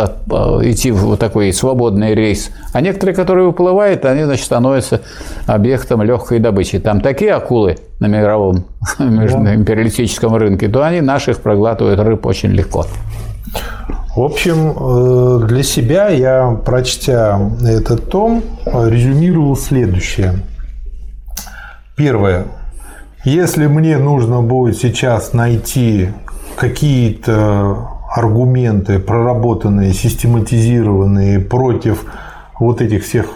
идти в вот такой свободный рейс. А некоторые, которые выплывают, они, значит, становятся объектом легкой добычи. Там такие акулы на мировом империалистическом рынке, то они наших проглатывают рыб очень легко. В общем, для себя я, прочтя этот том, резюмировал следующее. Первое. Если мне нужно будет сейчас найти какие-то аргументы, проработанные, систематизированные против вот этих всех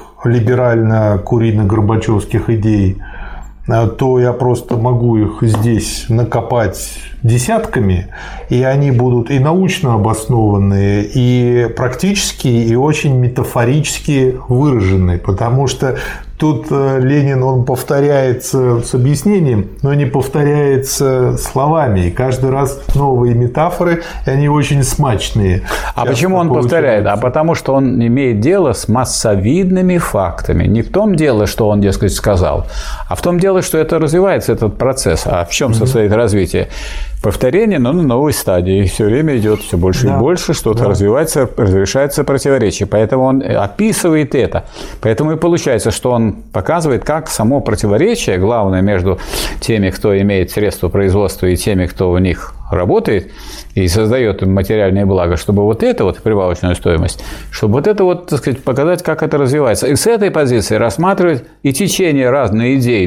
либерально-курино-горбачевских идей, то я просто могу их здесь накопать десятками, и они будут и научно обоснованные, и практически, и очень метафорически выраженные, потому что тут Ленин, он повторяется с объяснением, но не повторяется словами. И каждый раз новые метафоры, и они очень смачные. А сейчас почему он повторяет? А потому что он имеет дело с массовидными фактами. Не в том дело, что он, дескать, сказал, а в том дело, что это развивается, этот процесс. А в чем состоит mm-hmm. развитие? Повторение, но на новой стадии. Все время идет все больше да. и больше, что-то да. развивается, разрешается противоречие. Поэтому он описывает это. Поэтому и получается, что он показывает, как само противоречие, главное, между теми, кто имеет средства производства, и теми, кто в них работает и создает материальные блага, чтобы вот это вот, прибавочную стоимость, чтобы вот это вот, так сказать, показать, как это развивается. И с этой позиции рассматривать и течение разные идейные.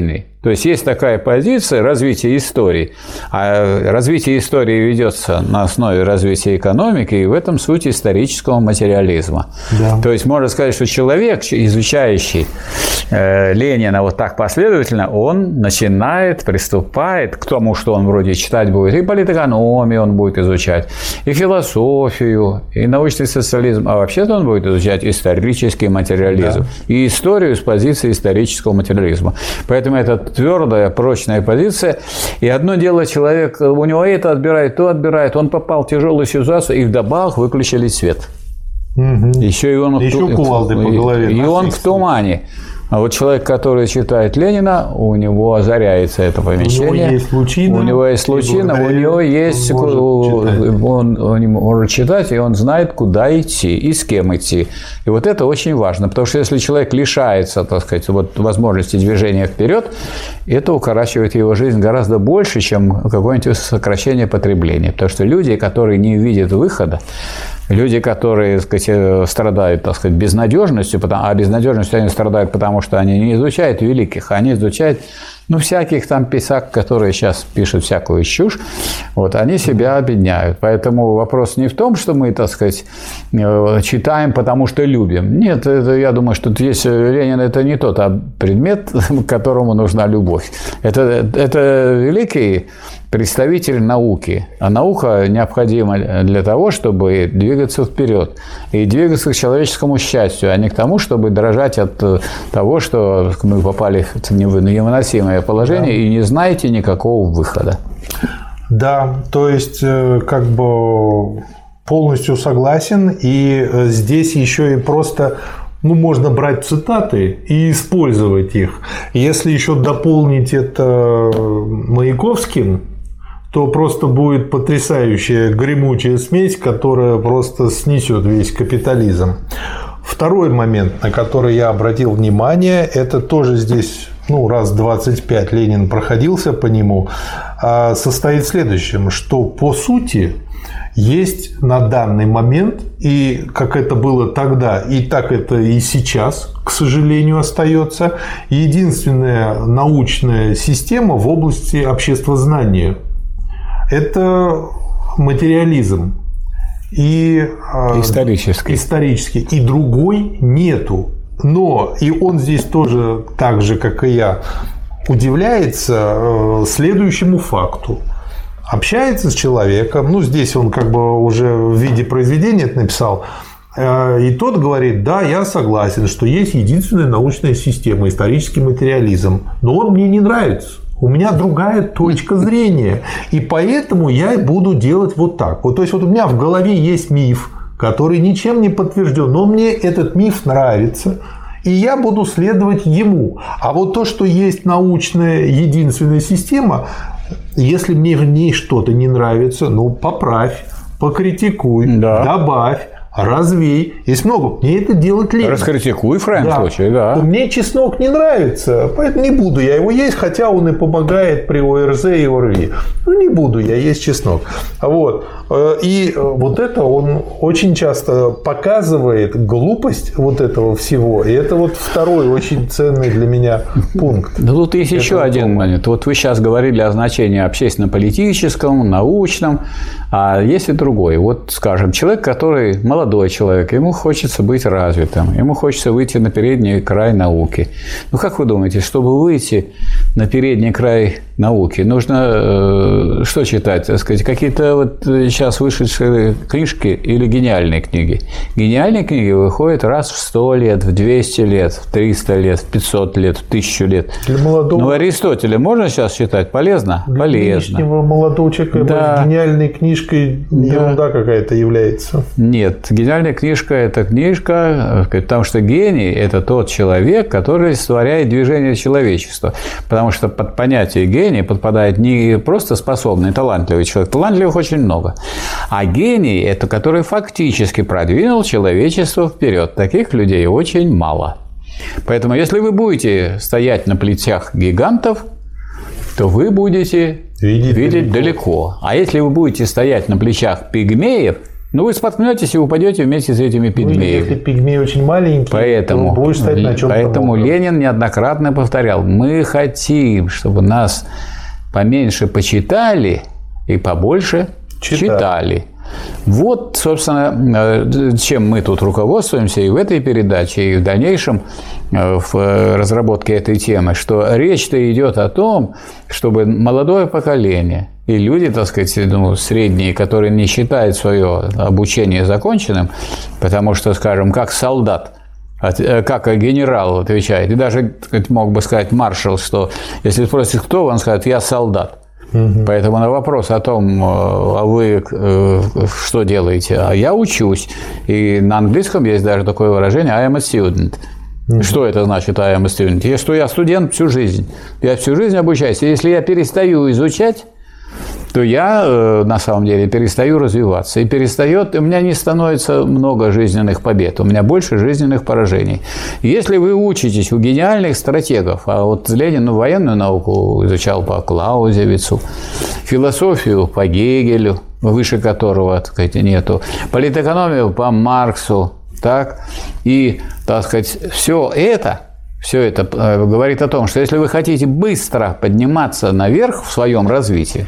То есть есть такая позиция развития истории, а развитие истории ведется на основе развития экономики, и в этом суть исторического материализма. Да. То есть можно сказать, что человек, изучающий э, Ленина вот так последовательно, он начинает, приступает к тому, что он вроде читать будет, и политэкономию он будет изучать, и философию, и научный социализм, а вообще-то он будет изучать исторический материализм, да. и историю с позиции исторического материализма. Поэтому это твердая, прочная позиция. И одно дело, человек, у него это отбирает, то отбирает, он попал в тяжелую ситуацию, и вдобавок выключили свет. Угу. Еще и он, Еще в, кувалдой по голове. И он в тумане. А вот человек, который читает Ленина, у него озаряется это помещение. У него есть лучина. У него есть лучина, у него есть... Он, он, он может читать, и он знает, куда идти и с кем идти. И вот это очень важно, потому что если человек лишается, так сказать, вот возможности движения вперед, это укорачивает его жизнь гораздо больше, чем какое-нибудь сокращение потребления. Потому что люди, которые не видят выхода, люди, которые, так сказать, страдают, так сказать, безнадежностью, а безнадежностью они страдают, потому что они не изучают великих, они изучают, ну, всяких там писак, которые сейчас пишут всякую чушь, вот, они себя обедняют. Поэтому вопрос не в том, что мы, так сказать, читаем, потому что любим. Нет, это, я думаю, что здесь Ленин – это не тот предмет, к которому нужна любовь. Это, это великий представитель науки. А наука необходима для того, чтобы двигаться вперед и двигаться к человеческому счастью, а не к тому, чтобы дрожать от того, что мы попали в невыносимое положение, да. и не знаете никакого выхода. Да, то есть как бы полностью согласен. И здесь еще и просто... Ну, можно брать цитаты и использовать их. Если еще дополнить это Маяковским, то просто будет потрясающая гремучая смесь, которая просто снесет весь капитализм. Второй момент, на который я обратил внимание, это тоже здесь, ну, раз двадцать пять Ленин проходился по нему, состоит в следующем, что по сути есть на данный момент, и как это было тогда, и так это и сейчас, к сожалению, остается, единственная научная система в области обществознания. Это материализм. И, исторический. исторический. И другой нету. Но и он здесь тоже, так же, как и я, удивляется следующему факту. Общается с человеком, ну, здесь он как бы уже в виде произведения это написал, и тот говорит: да, я согласен, что есть единственная научная система, исторический материализм, но он мне не нравится. У меня другая точка зрения, и поэтому я буду делать вот так. Вот, то есть, вот у меня в голове есть миф, который ничем не подтвержден, но мне этот миф нравится, и я буду следовать ему. А вот то, что есть научная единственная система, если мне в ней что-то не нравится, ну, поправь, покритикуй, да. добавь, развей. Есть много. Мне это делать лень. Раскритикуй в крайнем да. случае, да. Мне чеснок не нравится, поэтому не буду я его есть, хотя он и помогает при ОРЗ и ОРВИ. Ну, не буду я есть чеснок. Вот. И вот это он очень часто показывает глупость вот этого всего. И это вот второй очень ценный для меня пункт. Да тут есть еще один момент. Вот вы сейчас говорили о значении общественно-политическом, научном, а есть и другой. Вот, скажем, человек, который молодой человек, ему хочется быть развитым, ему хочется выйти на передний край науки. Ну, как вы думаете, чтобы выйти на передний край науки, нужно э, что читать? Так сказать, какие-то вот сейчас вышедшие книжки или гениальные книги? Гениальные книги выходят раз в сто лет, в двести лет, в триста лет, в пятьсот лет, в тысячу лет. Для молодого... Ну, Аристотеля можно сейчас читать? Полезно? Для Полезно. Для молодого человека да. гениальной книжкой ерунда да. какая-то является. Нет, гениальная книжка – это книжка, потому что гений – это тот человек, который сотворяет движение человечества. Потому что под понятие гения подпадает не просто способный, талантливый человек. Талантливых очень много. А гений – это который фактически продвинул человечество вперед. Таких людей очень мало. Поэтому, если вы будете стоять на плечах гигантов, то вы будете видеть, видеть далеко. далеко. А если вы будете стоять на плечах пигмеев, Ну, вы споткнетесь и упадете вместе с этими пигмеями. Ну, если пигмей очень маленький, поэтому, то будешь стоять на чем-то. Поэтому Ленин неоднократно повторял: мы хотим, чтобы нас поменьше почитали и побольше читали. читали. Вот, собственно, чем мы тут руководствуемся и в этой передаче, и в дальнейшем в разработке этой темы, что речь-то идет о том, чтобы молодое поколение и люди, так сказать, ну, средние, которые не считают свое обучение законченным, потому что, скажем, как солдат, как генерал отвечает, и даже, так сказать, мог бы сказать маршал, что если спросит, кто, он скажет: я солдат. Угу. Поэтому на вопрос о том, а вы что делаете, а я учусь. И на английском есть даже такое выражение I am a student. Угу. Что это значит I am a student? Я, что я студент всю жизнь. Я всю жизнь обучаюсь. И если я перестаю изучать, то я на самом деле перестаю развиваться. И перестает, у меня не становится много жизненных побед, у меня больше жизненных поражений. Если вы учитесь у гениальных стратегов, а вот Ленин ну, военную науку изучал по Клаузевицу, философию по Гегелю, выше которого, так сказать, нету, политэкономию по Марксу, так, и, так сказать, все это... Все это говорит о том, что если вы хотите быстро подниматься наверх в своем развитии,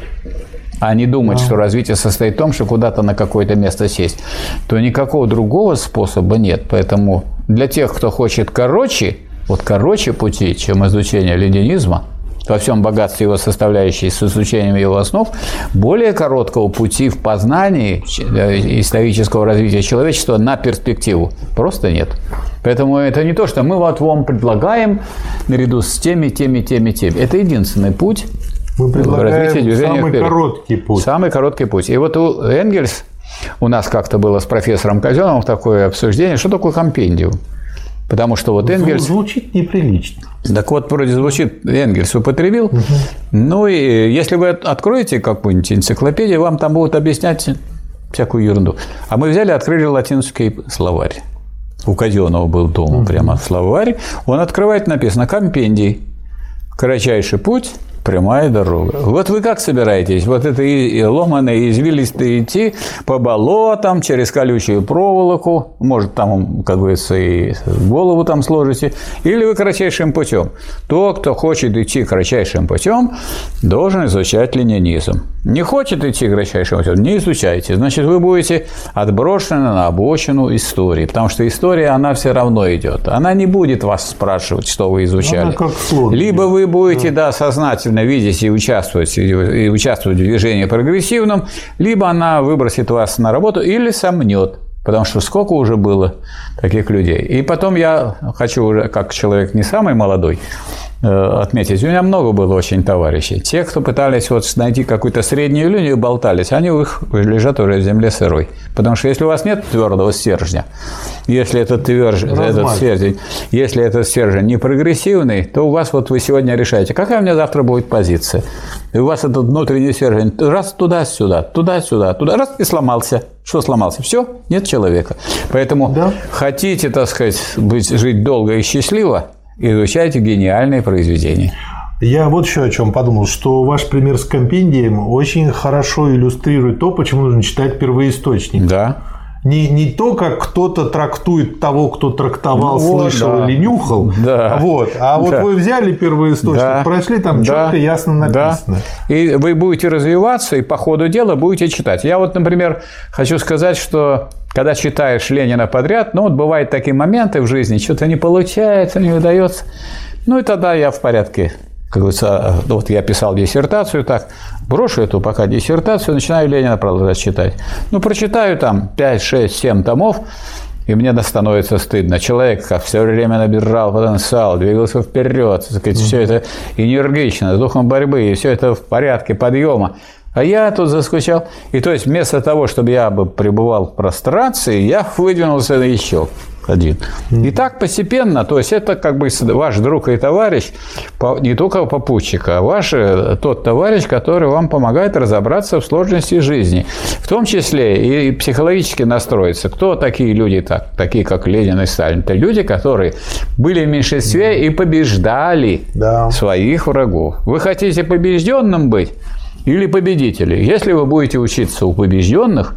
а не думать, что развитие состоит в том, что куда-то на какое-то место сесть, то никакого другого способа нет. Поэтому для тех, кто хочет короче, вот короче пути, чем изучение ленинизма, во всем богатстве его составляющей с изучением его основ, более короткого пути в познании исторического развития человечества на перспективу просто нет. Поэтому это не то, что мы вот вам предлагаем наряду с теми, теми, теми, теми. Это единственный путь. Мы предлагаем самый вперед. короткий путь. Самый короткий путь. И вот у Энгельс, у нас как-то было с профессором Казеновым такое обсуждение, что такое компендиум. Потому что вот Энгельс... Звучит неприлично. Так вот, вроде звучит, Энгельс употребил. Угу. Ну, и если вы откроете какую-нибудь энциклопедию, вам там будут объяснять всякую ерунду. А мы взяли, открыли латинский словарь. У Казенова был дома угу. прямо словарь. Он открывает, написано «Компендий». Кратчайший путь, прямая дорога. Вот вы как собираетесь? Вот это и ломаное, и извилистое идти по болотам, через колючую проволоку, может, там, как говорится, и голову там сложите, или вы кратчайшим путем? Тот, кто хочет идти кратчайшим путем, должен изучать ленинизм. Не хочет идти кратчайшим путем, не изучайте. Значит, вы будете отброшены на обочину истории, потому что история, она все равно идет. Она не будет вас спрашивать, что вы изучали. Либо вы будете, да, сознательно видеть и участвовать, и участвовать в движении прогрессивном, либо она выбросит вас на работу или сомнет. Потому что сколько уже было таких людей. И потом я хочу уже, как человек не самый молодой, отметить, у меня много было очень товарищей. Те, кто пытались вот найти какую-то среднюю линию, болтались, они у них лежат уже в земле сырой. Потому что если у вас нет твердого стержня, если этот, тверж, этот стержень, если этот стержень не прогрессивный, то у вас вот вы сегодня решаете, какая у меня завтра будет позиция. И у вас этот внутренний стержень раз туда-сюда, туда-сюда, туда, раз и сломался. Что сломался? Все, нет человека. Поэтому да. хотите, так сказать, быть, жить долго и счастливо, изучайте гениальные произведения. Я вот еще о чем подумал, что ваш пример с компендием очень хорошо иллюстрирует то, почему нужно читать первоисточник. Да. Не, не то, как кто-то трактует того, кто трактовал, ну, слышал да. или нюхал, да. вот, а вот да. вы взяли первоисточник, да. прочли, там да. четко, ясно написано. Да. И вы будете развиваться, и по ходу дела будете читать. Я вот, например, хочу сказать, что когда читаешь Ленина подряд, ну, вот бывают такие моменты в жизни, что-то не получается, не удается, ну, и тогда я в порядке. Как говорится, вот я писал диссертацию, так, брошу эту пока диссертацию, начинаю Ленина продолжать читать. Ну, прочитаю там пять, шесть, семь томов, и мне становится стыдно. Человек как все время набирал потенциал, двигался вперед, так сказать, все это энергично, с духом борьбы, и все это в порядке подъема. А я тут заскучал. И то есть вместо того, чтобы я бы пребывал в прострации, я выдвинулся еще один. И так постепенно, то есть это как бы ваш друг и товарищ, не только попутчик, а ваш тот товарищ, который вам помогает разобраться в сложности жизни. В том числе и психологически настроиться. Кто такие люди, так, такие как Ленин и Сталин? Это люди, которые были в меньшинстве и побеждали да. своих врагов. Вы хотите побежденным быть? Или победители. Если вы будете учиться у побежденных,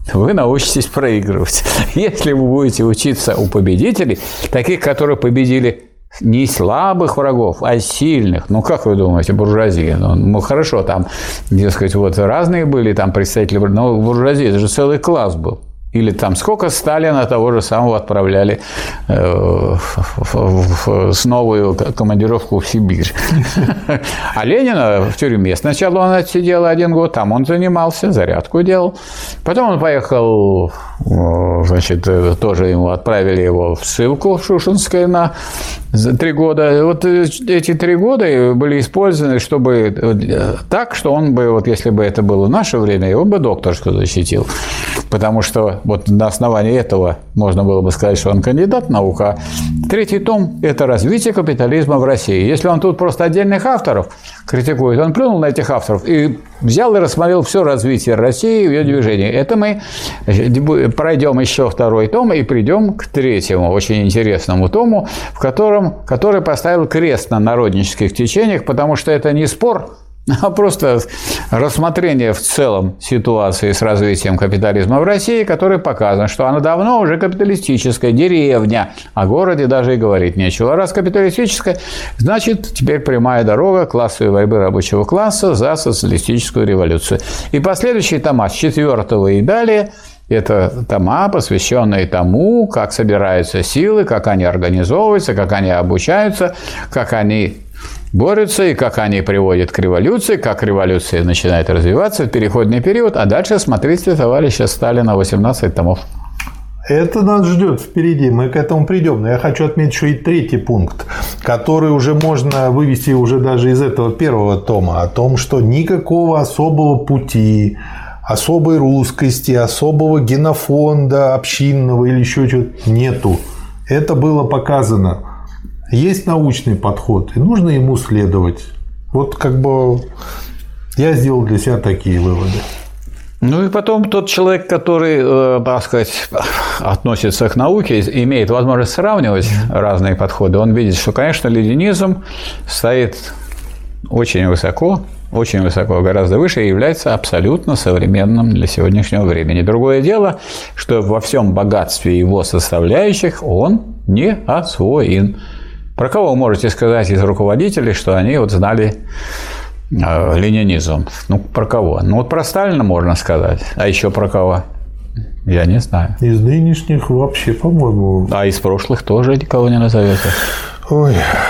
вы научитесь проигрывать. Если вы будете учиться у победителей, таких, которые победили не слабых врагов, а сильных. Ну, как вы думаете, буржуазия? Ну, ну хорошо, там, дескать, вот разные были там представители, но буржуазия, это же целый класс был. Или там сколько Сталина того же самого отправляли э, в, в, в, с новую командировку в Сибирь. А Ленина в тюрьме. Сначала он отсидел один год, там он занимался, зарядку делал. Потом он поехал, значит, тоже ему отправили его в ссылку в Шушинское на три года. Вот эти три года были использованы, чтобы так, что он бы, вот если бы это было наше время, его бы докторскую защитил. Потому что вот на основании этого можно было бы сказать, что он кандидат наук. А третий том – это развитие капитализма в России. Если он тут просто отдельных авторов критикует, он плюнул на этих авторов и взял и рассмотрел все развитие России в ее движении. Это мы пройдем еще второй том и придем к третьему, очень интересному тому, в котором, который поставил крест на народнических течениях, потому что это не спор, а просто рассмотрение в целом ситуации с развитием капитализма в России, который показан, что она давно уже капиталистическая деревня, о городе даже и говорить нечего. Раз капиталистическая, значит, теперь прямая дорога классовой борьбы рабочего класса за социалистическую революцию. И последующие тома с четвертого и далее – это тома, посвященные тому, как собираются силы, как они организовываются, как они обучаются, как они борются и как они приводят к революции, как революция начинает развиваться в переходный период. А дальше смотрите товарища Сталина, восемнадцать томов. Это нас ждет впереди, мы к этому придем. Но я хочу отметить еще и третий пункт, который уже можно вывести уже даже из этого первого тома, о том, что никакого особого пути, особой русскости, особого генофонда общинного или еще чего-то нету. Это было показано. Есть научный подход, и нужно ему следовать. Вот как бы я сделал для себя такие выводы. Ну и потом тот человек, который, так сказать, относится к науке, имеет возможность сравнивать разные подходы, он видит, что, конечно, ленинизм стоит очень высоко, очень высоко, гораздо выше, и является абсолютно современным для сегодняшнего времени. Другое дело, что во всем богатстве его составляющих он не освоен. Про кого вы можете сказать из руководителей, что они вот знали э, ленинизм? Ну, про кого? Ну, вот про Сталина можно сказать. А еще про кого? Я не знаю. Из нынешних вообще, по-моему. А из прошлых тоже никого не назовете. Ой.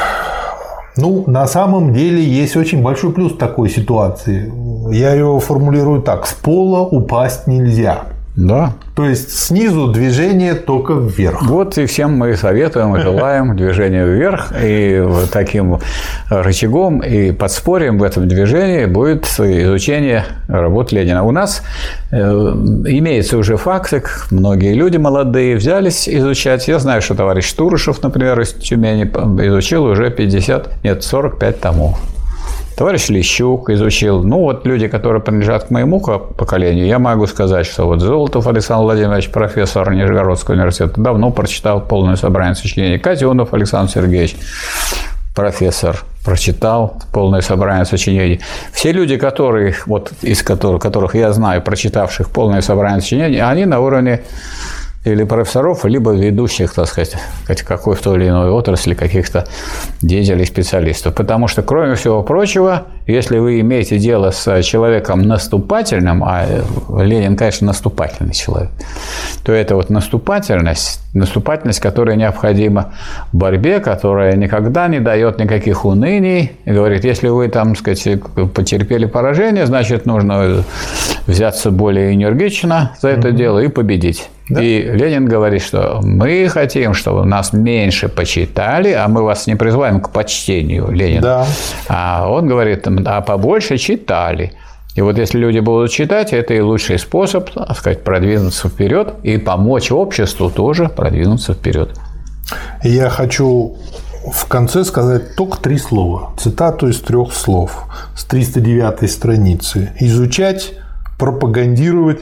Ну, на самом деле, есть очень большой плюс такой ситуации. Я ее формулирую так. С пола упасть нельзя. Да. То есть снизу движение только вверх. Вот и всем мы советуем и желаем движения вверх. И таким рычагом и подспорьем в этом движении будет изучение работ Ленина. У нас имеются уже факты, многие люди молодые взялись изучать. Я знаю, что товарищ Турышев, например, из Тюмени изучил уже пятьдесят, нет, сорок пять томов. Товарищ Лещук изучил. Ну, вот люди, которые принадлежат к моему поколению, я могу сказать, что вот Золотов Александр Владимирович, профессор Нижегородского университета, давно прочитал полное собрание сочинений. Казенов Александр Сергеевич, профессор, прочитал полное собрание сочинений. Все люди, которые, вот, из которых, которых я знаю, прочитавших полное собрание сочинений, они на уровне или профессоров, либо ведущих, так сказать, какой в той или иной отрасли каких-то деятелей, специалистов. Потому что, кроме всего прочего, если вы имеете дело с человеком наступательным, а Ленин, конечно, наступательный человек, то это вот наступательность, наступательность, которая необходима в борьбе, которая никогда не дает никаких уныний. И говорит, если вы там, так сказать, потерпели поражение, значит, нужно взяться более энергично за это mm-hmm. дело и победить. Да? И Ленин говорит, что мы хотим, чтобы нас меньше почитали, а мы вас не призываем к почтению Ленина. Да. А он говорит, а побольше читали. И вот если люди будут читать, это и лучший способ, так сказать, продвинуться вперед и помочь обществу тоже продвинуться вперед. Я хочу в конце сказать только три слова. Цитату из трех слов с триста девятой страницы. Изучать, пропагандировать,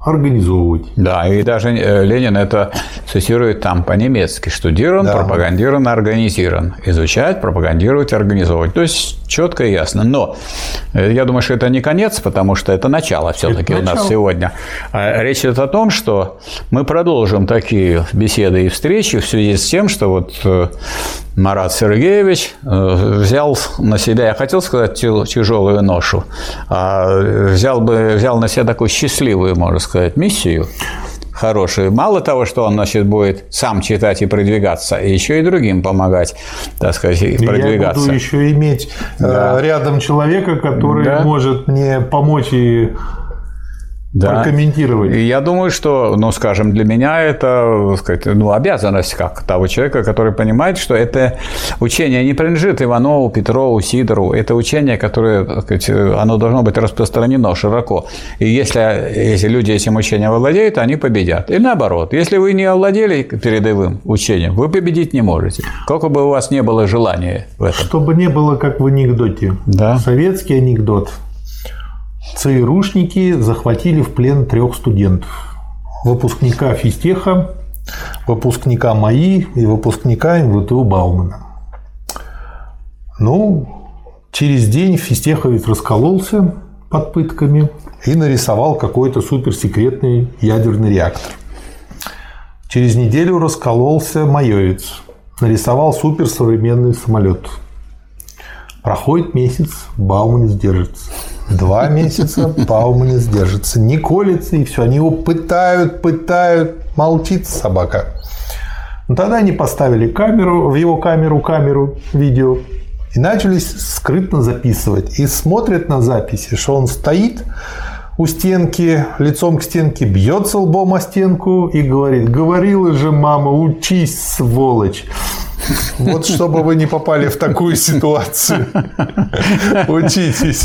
организовывать. Да, и даже Ленин это цитирует там по-немецки. Штудирован, да. Пропагандирован, организирован. Изучать, пропагандировать, организовывать. То есть четко и ясно. Но я думаю, что это не конец, потому что это начало все-таки у нас сегодня. Речь идет о том, что мы продолжим такие беседы и встречи в связи с тем, что вот Марат Сергеевич взял на себя, я хотел сказать, тяжелую ношу, а взял, бы, взял на себя такую счастливую, можно сказать, миссию хорошую. Мало того, что он, значит, будет сам читать и продвигаться, еще и другим помогать, так сказать, и продвигаться. Я буду еще иметь да. рядом человека, который да. может мне помочь и да. прокомментировать. И я думаю, что, ну, скажем, для меня это, так сказать, ну, обязанность как того человека, который понимает, что это учение не принадлежит Иванову, Петрову, Сидору. Это учение, которое, так сказать, оно должно быть распространено широко. И если, если люди этим учением овладеют, они победят. И наоборот, если вы не овладели передовым учением, вы победить не можете. Сколько бы у вас не было желания в этом. Чтобы не было, как в анекдоте. Да. Советский анекдот. ЦРУшники захватили в плен трех студентов. Выпускника физтеха, выпускника МАИ и выпускника эм вэ тэ у Баумана. Ну, через день физтеховец раскололся под пытками и нарисовал какой-то суперсекретный ядерный реактор. Через неделю раскололся маевец, нарисовал суперсовременный самолет. Проходит месяц, Бауманец держится. Два месяца Бауманец держится. Не колется, и все. Они его пытают, пытают. Молчит собака. Но тогда они поставили камеру, в его камеру, камеру, видео. И начали скрытно записывать. И смотрят на записи, что он стоит у стенки, лицом к стенке, бьется лбом о стенку и говорит: говорила же мама, учись, сволочь. Вот чтобы вы не попали в такую ситуацию. Учитесь.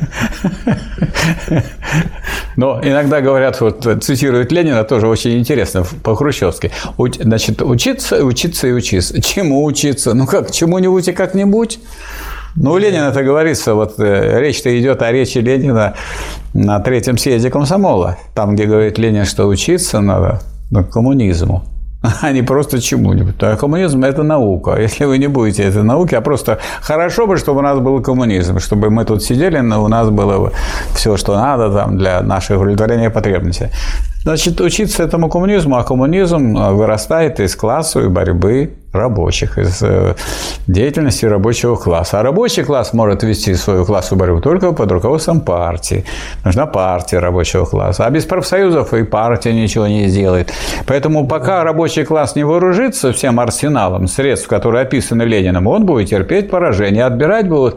Но иногда говорят, вот цитируют Ленина, тоже очень интересно, по-хрущевски. Значит, учиться, учиться и учиться. Чему учиться? Ну как, чему-нибудь и как-нибудь? Ну, у Ленина это говорится, вот речь-то идет о речи Ленина на третьем съезде комсомола. Там, где говорит Ленин, что учиться надо коммунизму, а не просто чему-нибудь. А коммунизм – это наука. Если вы не будете этой науки, а просто хорошо бы, чтобы у нас был коммунизм, чтобы мы тут сидели, но у нас было все, что надо там, для нашего удовлетворения потребностей. Значит, учиться этому коммунизму, а коммунизм вырастает из классовой борьбы рабочих, из деятельности рабочего класса. А рабочий класс может вести свою классовую борьбу только под руководством партии. Нужна партия рабочего класса. А без профсоюзов и партия ничего не сделает. Поэтому пока рабочий класс не вооружится всем арсеналом средств, которые описаны Лениным, он будет терпеть поражение. Отбирать будут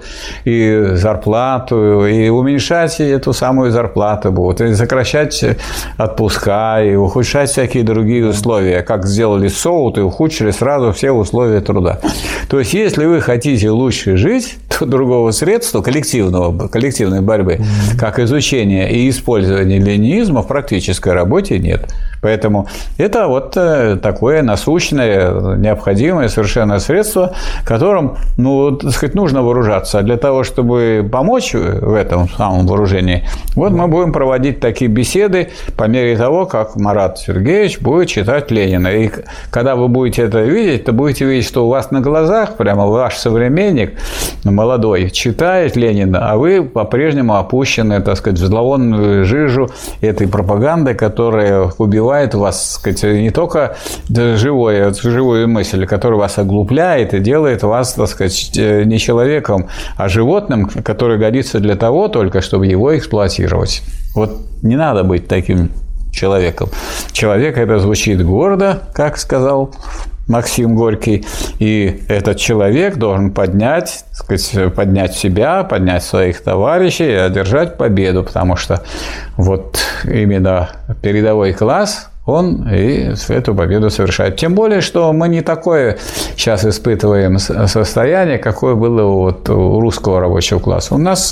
и зарплату, и уменьшать эту самую зарплату будут, и сокращать отпуска, и ухудшать всякие другие условия. Как сделали СОУТ и ухудшили сразу все условия труда. То есть, если вы хотите лучше жить, то другого средства коллективного, коллективной борьбы, как изучение и использование ленинизма в практической работе нет. Поэтому это вот такое насущное, необходимое совершенно средство, которым, ну, так сказать, нужно вооружаться. А для того, чтобы помочь в этом самом вооружении, вот мы будем проводить такие беседы по мере того, как Марат Сергеевич будет читать Ленина. И когда вы будете это видеть, то будете видеть, что у вас на глазах прямо ваш современник молодой читает Ленина, а вы по-прежнему опущены, так сказать, в зловонную жижу этой пропаганды, которая убивает вас, так сказать, не только живое, живую мысль, которая вас оглупляет и делает вас, так сказать, не человеком, а животным, который годится для того только, чтобы его эксплуатировать. Вот не надо быть таким человеком. Человек – это звучит гордо, как сказал Максим Горький, и этот человек должен поднять, так сказать, поднять себя, поднять своих товарищей и одержать победу, потому что вот именно передовой класс, он и эту победу совершает. Тем более, что мы не такое сейчас испытываем состояние, какое было вот у русского рабочего класса. У нас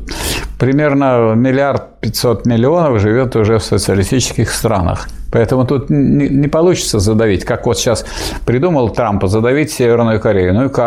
примерно миллиард пятьсот миллионов живет уже в социалистических странах. Поэтому тут не получится задавить. Как вот сейчас придумал Трамп задавить Северную Корею. Ну и как?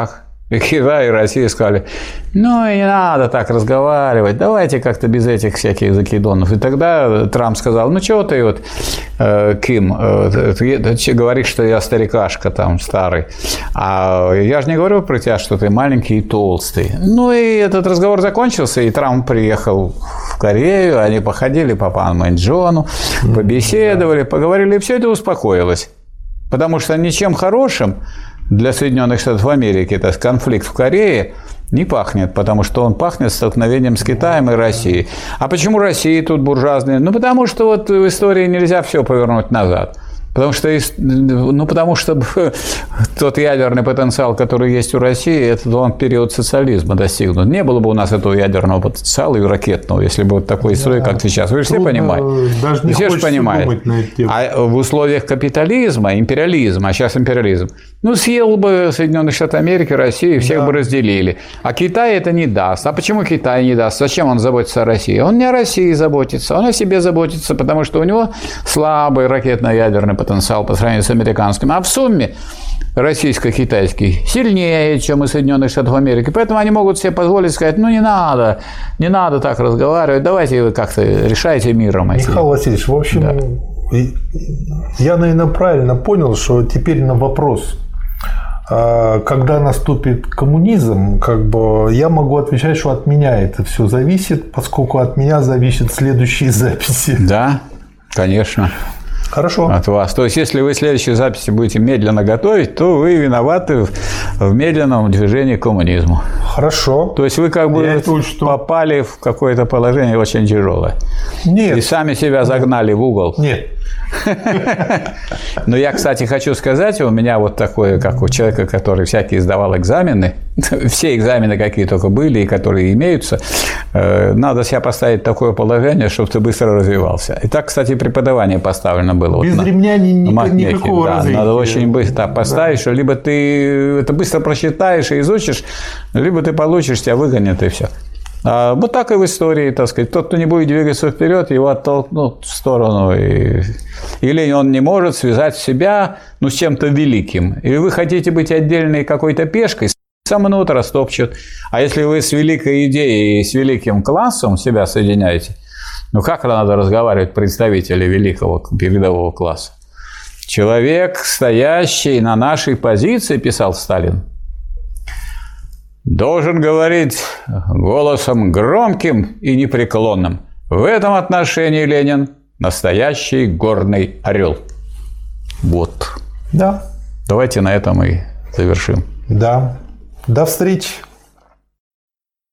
И Китай, и Россия сказали, ну и не надо так разговаривать, давайте как-то без этих всяких закидонов. И тогда Трамп сказал, ну чего ты вот, э, Ким, э, ты говоришь, что я старикашка там старый, а я же не говорю про тебя, что ты маленький и толстый. Ну и этот разговор закончился, и Трамп приехал в Корею, они походили по Панмунджону, побеседовали, поговорили, и все это успокоилось. Потому что ничем хорошим для Соединенных Штатов Америки этот конфликт в Корее не пахнет, потому что он пахнет столкновением с Китаем и Россией. А почему Россия тут буржуазная? Ну, потому что вот в истории нельзя все повернуть назад. Потому что, ну, потому что тот ядерный потенциал, который есть у России, это он период социализма достигнут. Не было бы у нас этого ядерного потенциала и ракетного, если бы вот такой истории, да, как сейчас. Вы же все понимаете. Даже не все же понимаете. А в условиях капитализма, империализма, а сейчас империализм, ну, съел бы Соединенные Штаты Америки, Россию, всех, да, бы разделили. А Китай это не даст. А почему Китай не даст? Зачем он заботится о России? Он не о России заботится, он о себе заботится, потому что у него слабый ракетно-ядерный потенциал по сравнению с американским. А в сумме российско-китайский сильнее, чем у Соединенных Штатов Америки. Поэтому они могут себе позволить сказать, ну, не надо, не надо так разговаривать, давайте вы как-то решайте миром. Михаил эти... Васильевич, в общем, да, я, наверное, правильно понял, что теперь на вопрос, когда наступит коммунизм, как бы я могу отвечать, что от меня это все зависит, поскольку от меня зависят следующие записи. Да, конечно. Хорошо. От вас. То есть, если вы следующие записи будете медленно готовить, то вы виноваты в медленном движении к коммунизму. Хорошо. То есть, вы как бы попали в какое-то положение очень тяжелое. Нет. И сами себя загнали в угол. Нет. Но я, кстати, хочу сказать, у меня вот такое, как у человека, который всякие сдавал экзамены, все экзамены, какие только были и которые имеются, надо себя поставить в такое положение, чтобы ты быстро развивался. И так, кстати, преподавание поставлено было. Без вот ремня ни, никакого да, развития. Надо очень быстро поставить, да, что либо ты это быстро прочитаешь и изучишь, либо ты получишь, тебя выгонят и все. А вот так и в истории, так сказать. Тот, кто не будет двигаться вперед, его оттолкнут в сторону. И... Или он не может связать себя, ну, с чем-то великим. Или вы хотите быть отдельной какой-то пешкой, сомнут, растопчут. А если вы с великой идеей и с великим классом себя соединяете, ну, как надо разговаривать представители великого передового класса? Человек, стоящий на нашей позиции, писал Сталин, должен говорить голосом громким и непреклонным. В этом отношении Ленин – настоящий горный орел. Вот. Да. Давайте на этом и завершим. Да. До встречи.